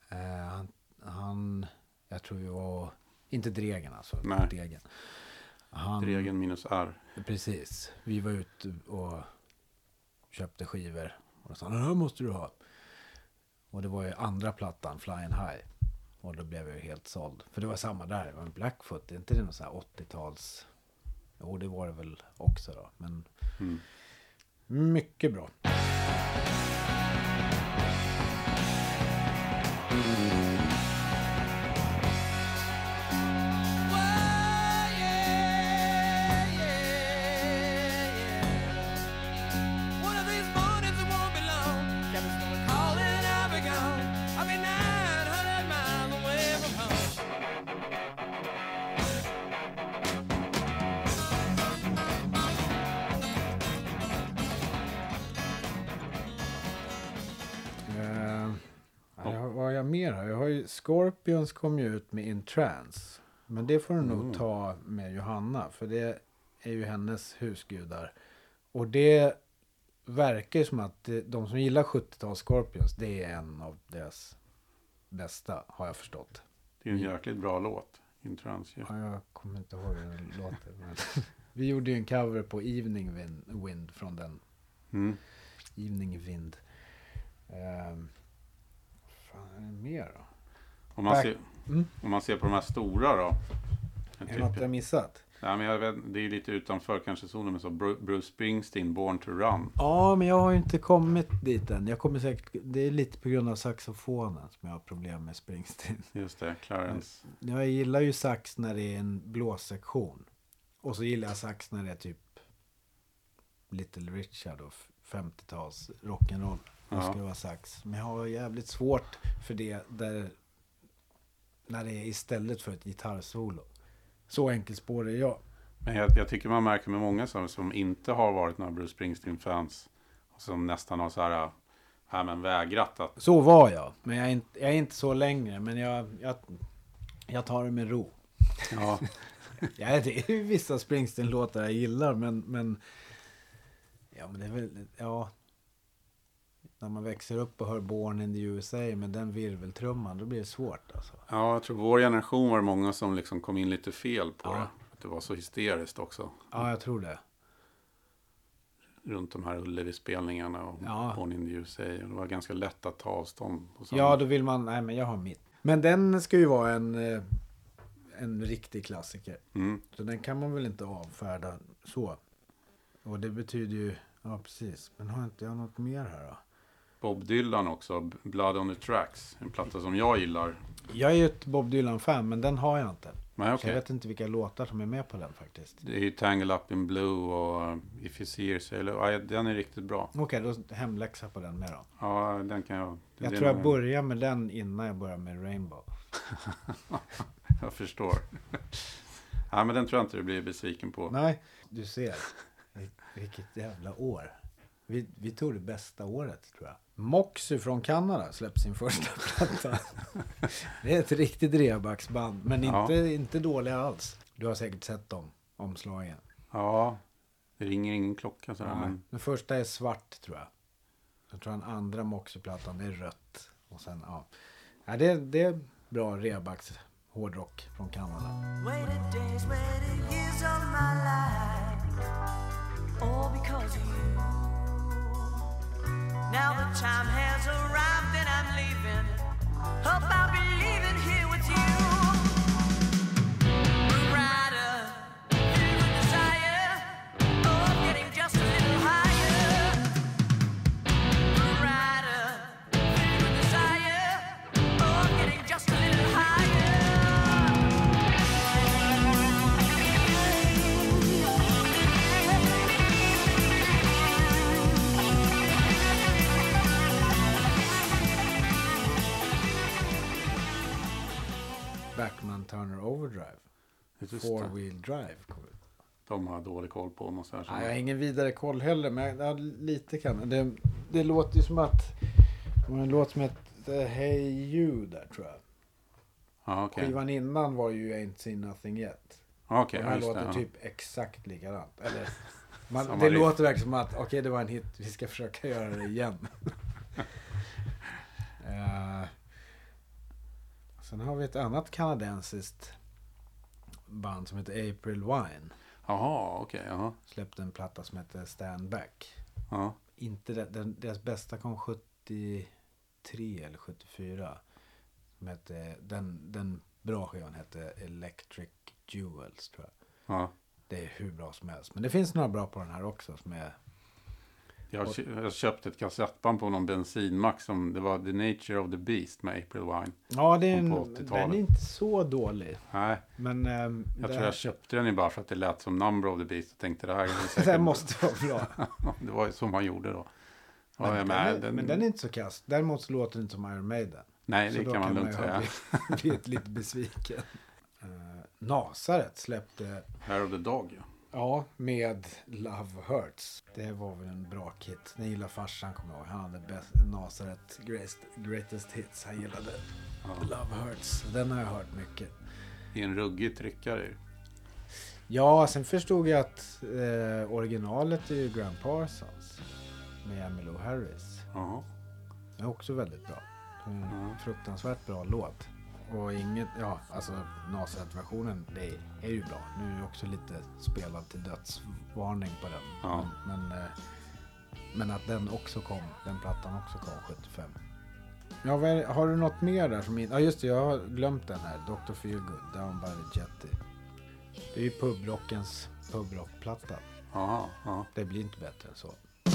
Han jag tror det var, inte Dregen alltså. Nej. Degen. Dregen minus R. Precis. Vi var ute och köpte skivor. Och sa, den här måste du ha. Och det var ju andra plattan, Flying High. Och då blev jag ju helt såld. För det var samma där. Det var en Blackfoot. Inte det någon sån här 80-tals... Jo, det var det väl också då. Men mycket bra. Vad har jag mer här? Jag har ju Scorpions kom ju ut med In Trance. Men det får du nog ta med Johanna. För det är ju hennes husgudar. Och det verkar som att de som gillar 70-tals Scorpions, det är en av deras bästa, har jag förstått. Det är en jäkligt bra låt. In Trance. Ja, jag kommer inte ihåg hur den låter. Men vi gjorde ju en cover på Evening Wind från den. Evening Wind. Fan, är det mer då? Om man ser på de här stora då. Är det något jag missat? Nej, men jag vet, det är lite utanför kanske zonen, men så Bruce Springsteen, Born to Run. Ja, men jag har ju inte kommit dit än. Jag kommer säkert, det är lite på grund av saxofonen som jag har problem med Springsteen. Just det, Clarence. Jag gillar ju sax när det är en blåssektion. Och så gillar jag sax när det är typ Little Richard och 50-tals rock'n'roll. Då ska det vara sax. Men jag har jävligt svårt för det när det är istället för ett gitarrsolo. Så enkelspår är jag. Men jag tycker man märker med många som inte har varit några Bruce Springsteen-fans och som nästan har så här vägrat att... Så var jag. Men jag är inte så längre. Men jag tar det med ro. Ja. Det är ju vissa Springsteen-låtar jag gillar. Men det är väl... Ja... När man växer upp och hör Born in the USA med den virveltrumman, då blir det svårt alltså. Ja, jag tror vår generation var många som liksom kom in lite fel på det. Att det var så hysteriskt också. Ja, jag tror det. Runt de här Ullevi-spelningarna och Born in the USA. Och det var ganska lätt att ta avstånd. Ja, då vill man, nej men jag har mitt. Men den ska ju vara en riktig klassiker. Så den kan man väl inte avfärda så. Och det betyder ju, ja precis. Men har inte jag något mer här då? Bob Dylan också, Blood on the Tracks. En platta som jag gillar. Jag är ju ett Bob Dylan-fan, men den har jag inte. Nej, okay. Så jag vet inte vilka låtar som är med på den faktiskt. Det är ju Tangle Up in Blue och If You See Her Say Hello. Ja, den är riktigt bra. Okej, då hemläxa på den med då. Ja, den kan jag... Jag tror jag börjar med den innan jag börjar med Rainbow. Jag förstår. Ja, men den tror jag inte du blir besviken på. Nej, du ser. Vilket jävla år. Vi tog det bästa året, tror jag. Moxie från Kanada släppte sin första platta. Det är ett riktigt rebacksband, men inte dåliga alls. Du har säkert sett dem, omslagen. Ja, det ringer ingen klocka. Så men... Den första är svart, tror jag. Jag tror den andra Moxie-plattan är rött. Och sen, det är bra rebacks hårdrock från Kanada. Waited days, waited years of my life, all because of you. Now the time has arrived and I'm leaving. Hope I'll be leaving here with you. Rider, filled with desire, oh, getting just a little higher. Rider, filled with desire, oh, getting just a little higher. Backman Turner Overdrive. Four Wheel Drive. De har drålig koll på något så här. Jag har ingen vidare koll heller, men lite kan. Det låter ju som att det var en låt som heter Hey You där, tror jag. Ja, okej. Skivan innan var ju Ain't Seen Nothing Yet. Okej, Den här just låter det. Ja. typ exakt likadant. Eller, Samma det riff. låter verkligen som att okej, det var en hit, vi ska försöka göra det igen. Sen har vi ett annat kanadensiskt band som heter April Wine. Jaha, okej. Jaha. Släppte en platta som heter Stand Back. Ja. Inte deras bästa kom 73 eller 74. Som hette, den bra skivan hette Electric Jewels, tror jag. Ja. Det är hur bra som helst. Men det finns några bra på den här också som är... Jag köpte ett kassettband på någon bensinmack som det var The Nature of the Beast med April Wine. Ja, det är Kom på den 80-talet. är inte så dålig. Nej, Men jag tror jag köpte den ju bara för att det lät som Number of the Beast och tänkte det här är säkert... det måste vara bra. Det var ju som man gjorde då. Ja, Men den är inte så kass. Däremot så låter den inte som Iron Maiden. Nej, Så det då kan man lugnt säga. bli lite besviken. Nasaret släppte... Hair of the Dog, ja. Ja, med Love Hurts. Det var väl en bra kit. Den gillade farsan, kommer jag ihåg. Han hade Nasaret greatest hits. Han gillade Love Hurts. Den har jag hört mycket. Det är en ruggig tryckare. Ja, sen förstod jag att originalet är ju Gram Parsons med Emmylou Harris. Jaha. Det är också väldigt bra. En fruktansvärt bra låt. Och inget, ja, alltså Nasaret-versionen, det är ju bra. Nu är det också lite spelad till dödsvarning på den. Ja. Men att den plattan också kom 75. Ja, har du något mer där som ja just det, jag har glömt den här. Dr. Feelgood, Down by the Jetty. Det är ju pubrockplatta. Jaha, ja. Det blir inte bättre än så.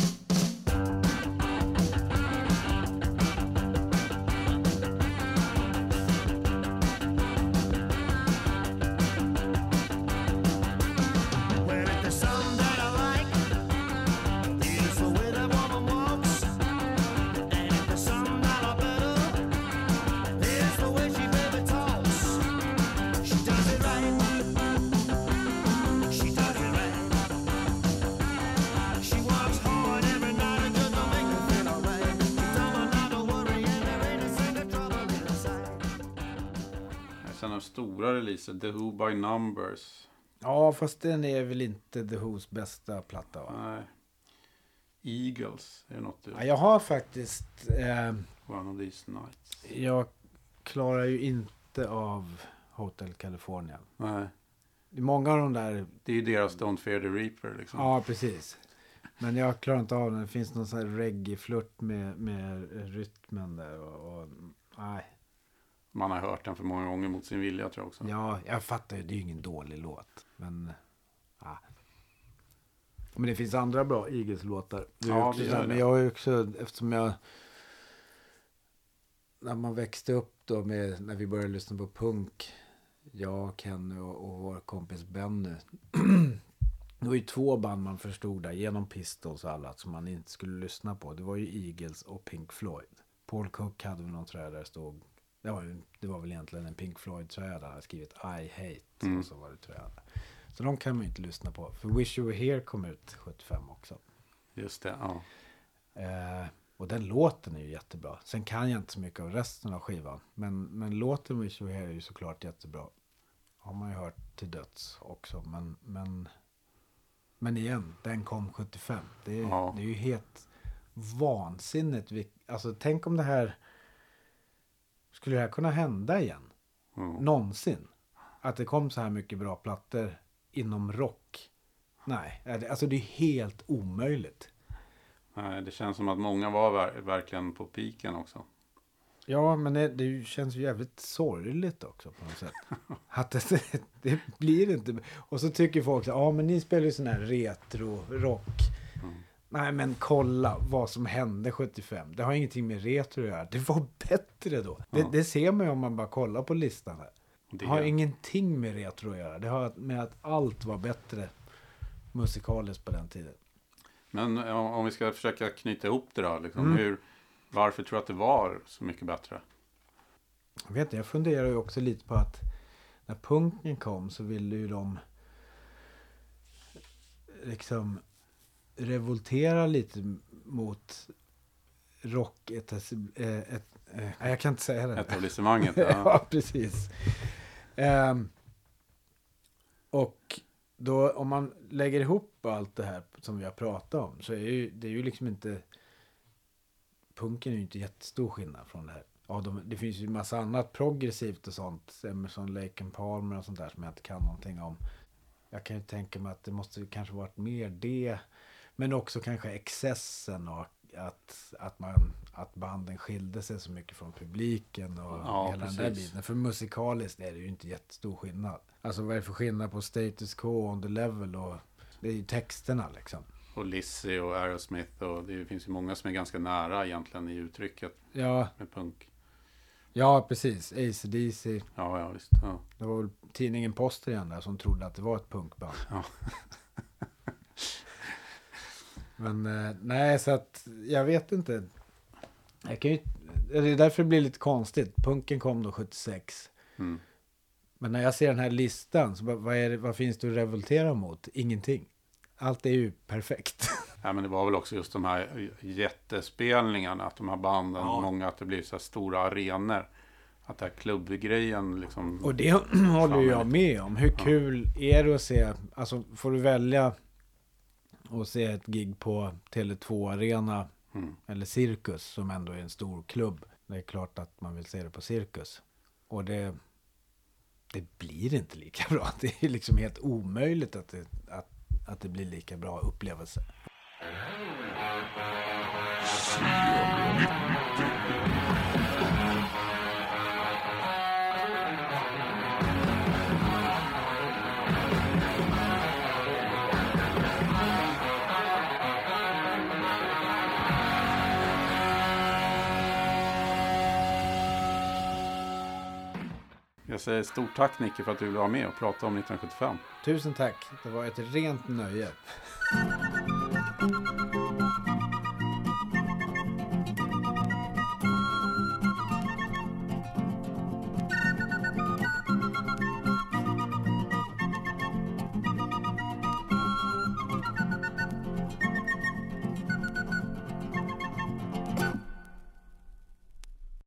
Sen stora releaser, The Who by Numbers. Ja, fast den är väl inte The Who's bästa platta, va? Nej. Eagles, är det något du... Ja, jag har faktiskt... One of these nights. Jag klarar ju inte av Hotel California. Nej. Många av de där... Det är ju deras Don't Fear the Reaper liksom. Ja, precis. Men jag klarar inte av den. Det finns någon sån här reggae-flört med rytmen där. Nej. Man har hört den för många gånger mot sin vilja, tror jag också. Ja, jag fattar ju. Det är ju ingen dålig låt. Men... Ja. Men det finns andra bra Eagles-låtar. Ja, det gör det. Men jag har ju också... Eftersom jag... När man växte upp då med... När vi började lyssna på punk... Jag, Kenny och vår kompis Benny. Det var ju 2 band man förstod där. Genom Pistols och alla som man inte skulle lyssna på. Det var ju Eagles och Pink Floyd. Paul Cook hade väl någon tröja där det stod... Det var väl egentligen en Pink Floyd-tröja där han hade skrivit I Hate. Och så var det tröja där. Så de kan man ju inte lyssna på. För Wish You Were Here kom ut 75 också. Just det, ja. Och den låten är ju jättebra. Sen kan jag inte så mycket av resten av skivan. Men låten Wish You Were Here är ju såklart jättebra. Har man ju hört till döds också. Men igen, den kom 75. Det är ju helt vansinnigt. Alltså tänk om det här... Skulle det här kunna hända igen? Någonsin? Att det kom så här mycket bra plattor inom rock? Nej, alltså det är helt omöjligt. Nej, det känns som att många var verkligen på piken också. Ja, men det känns ju jävligt sorgligt också på något sätt. Att det blir inte... Och så tycker folk så men ni spelar ju sån här retro-rock. Nej, men kolla vad som hände 75. Det har ingenting med retro att göra. Det var bättre då. Det ser man ju om man bara kollar på listan här. Det har ingenting med retro att göra. Det har med att allt var bättre musikaliskt på den tiden. Men om vi ska försöka knyta ihop det då. Liksom, varför tror du att det var så mycket bättre? Jag vet inte, jag funderar ju också lite på att när punken kom så ville ju de liksom revoltera lite mot rock... jag kan inte säga det. Etablissemanget. Ja, precis. Och då om man lägger ihop allt det här som vi har pratat om så är det ju liksom inte... Punken är ju inte jättestor skillnad från det här. Ja, det finns ju en massa annat progressivt och sånt. Emerson, Lake and Palmer och sånt där som jag inte kan någonting om. Jag kan ju tänka mig att det måste kanske varit mer det. Men också kanske excessen och att banden skilde sig så mycket från publiken och hela den där biten. För musikaliskt är det ju inte jättestor skillnad. Alltså vad är det för skillnad på Status Quo, On the Level och det är ju texterna liksom. Och Lizzy och Aerosmith och det finns ju många som är ganska nära egentligen i uttrycket med punk. Ja, precis. AC/DC. Ja, visst. Ja. Det var väl tidningen Poster igen där som trodde att det var ett punkband. Ja. Men nej, så att jag vet inte. Det är därför det blir lite konstigt. Punken kom då 76. Mm. Men när jag ser den här listan så vad finns det att revoltera mot? Ingenting. Allt är ju perfekt. Ja, men det var väl också just de här jättespelningarna, att de här banden, många, att det blir så här stora arenor. Att det här klubbgrejen liksom... Och det håller jag med om. Hur kul är det att se, alltså får du välja att se ett gig på Tele2 Arena eller Cirkus som ändå är en stor klubb. Det är klart att man vill se det på Cirkus. Och det blir inte lika bra. Det är liksom helt omöjligt att det blir lika bra upplevelse. Jag säger stort tack Nicke för att du ville vara med och prata om 1975. Tusen tack. Det var ett rent nöje.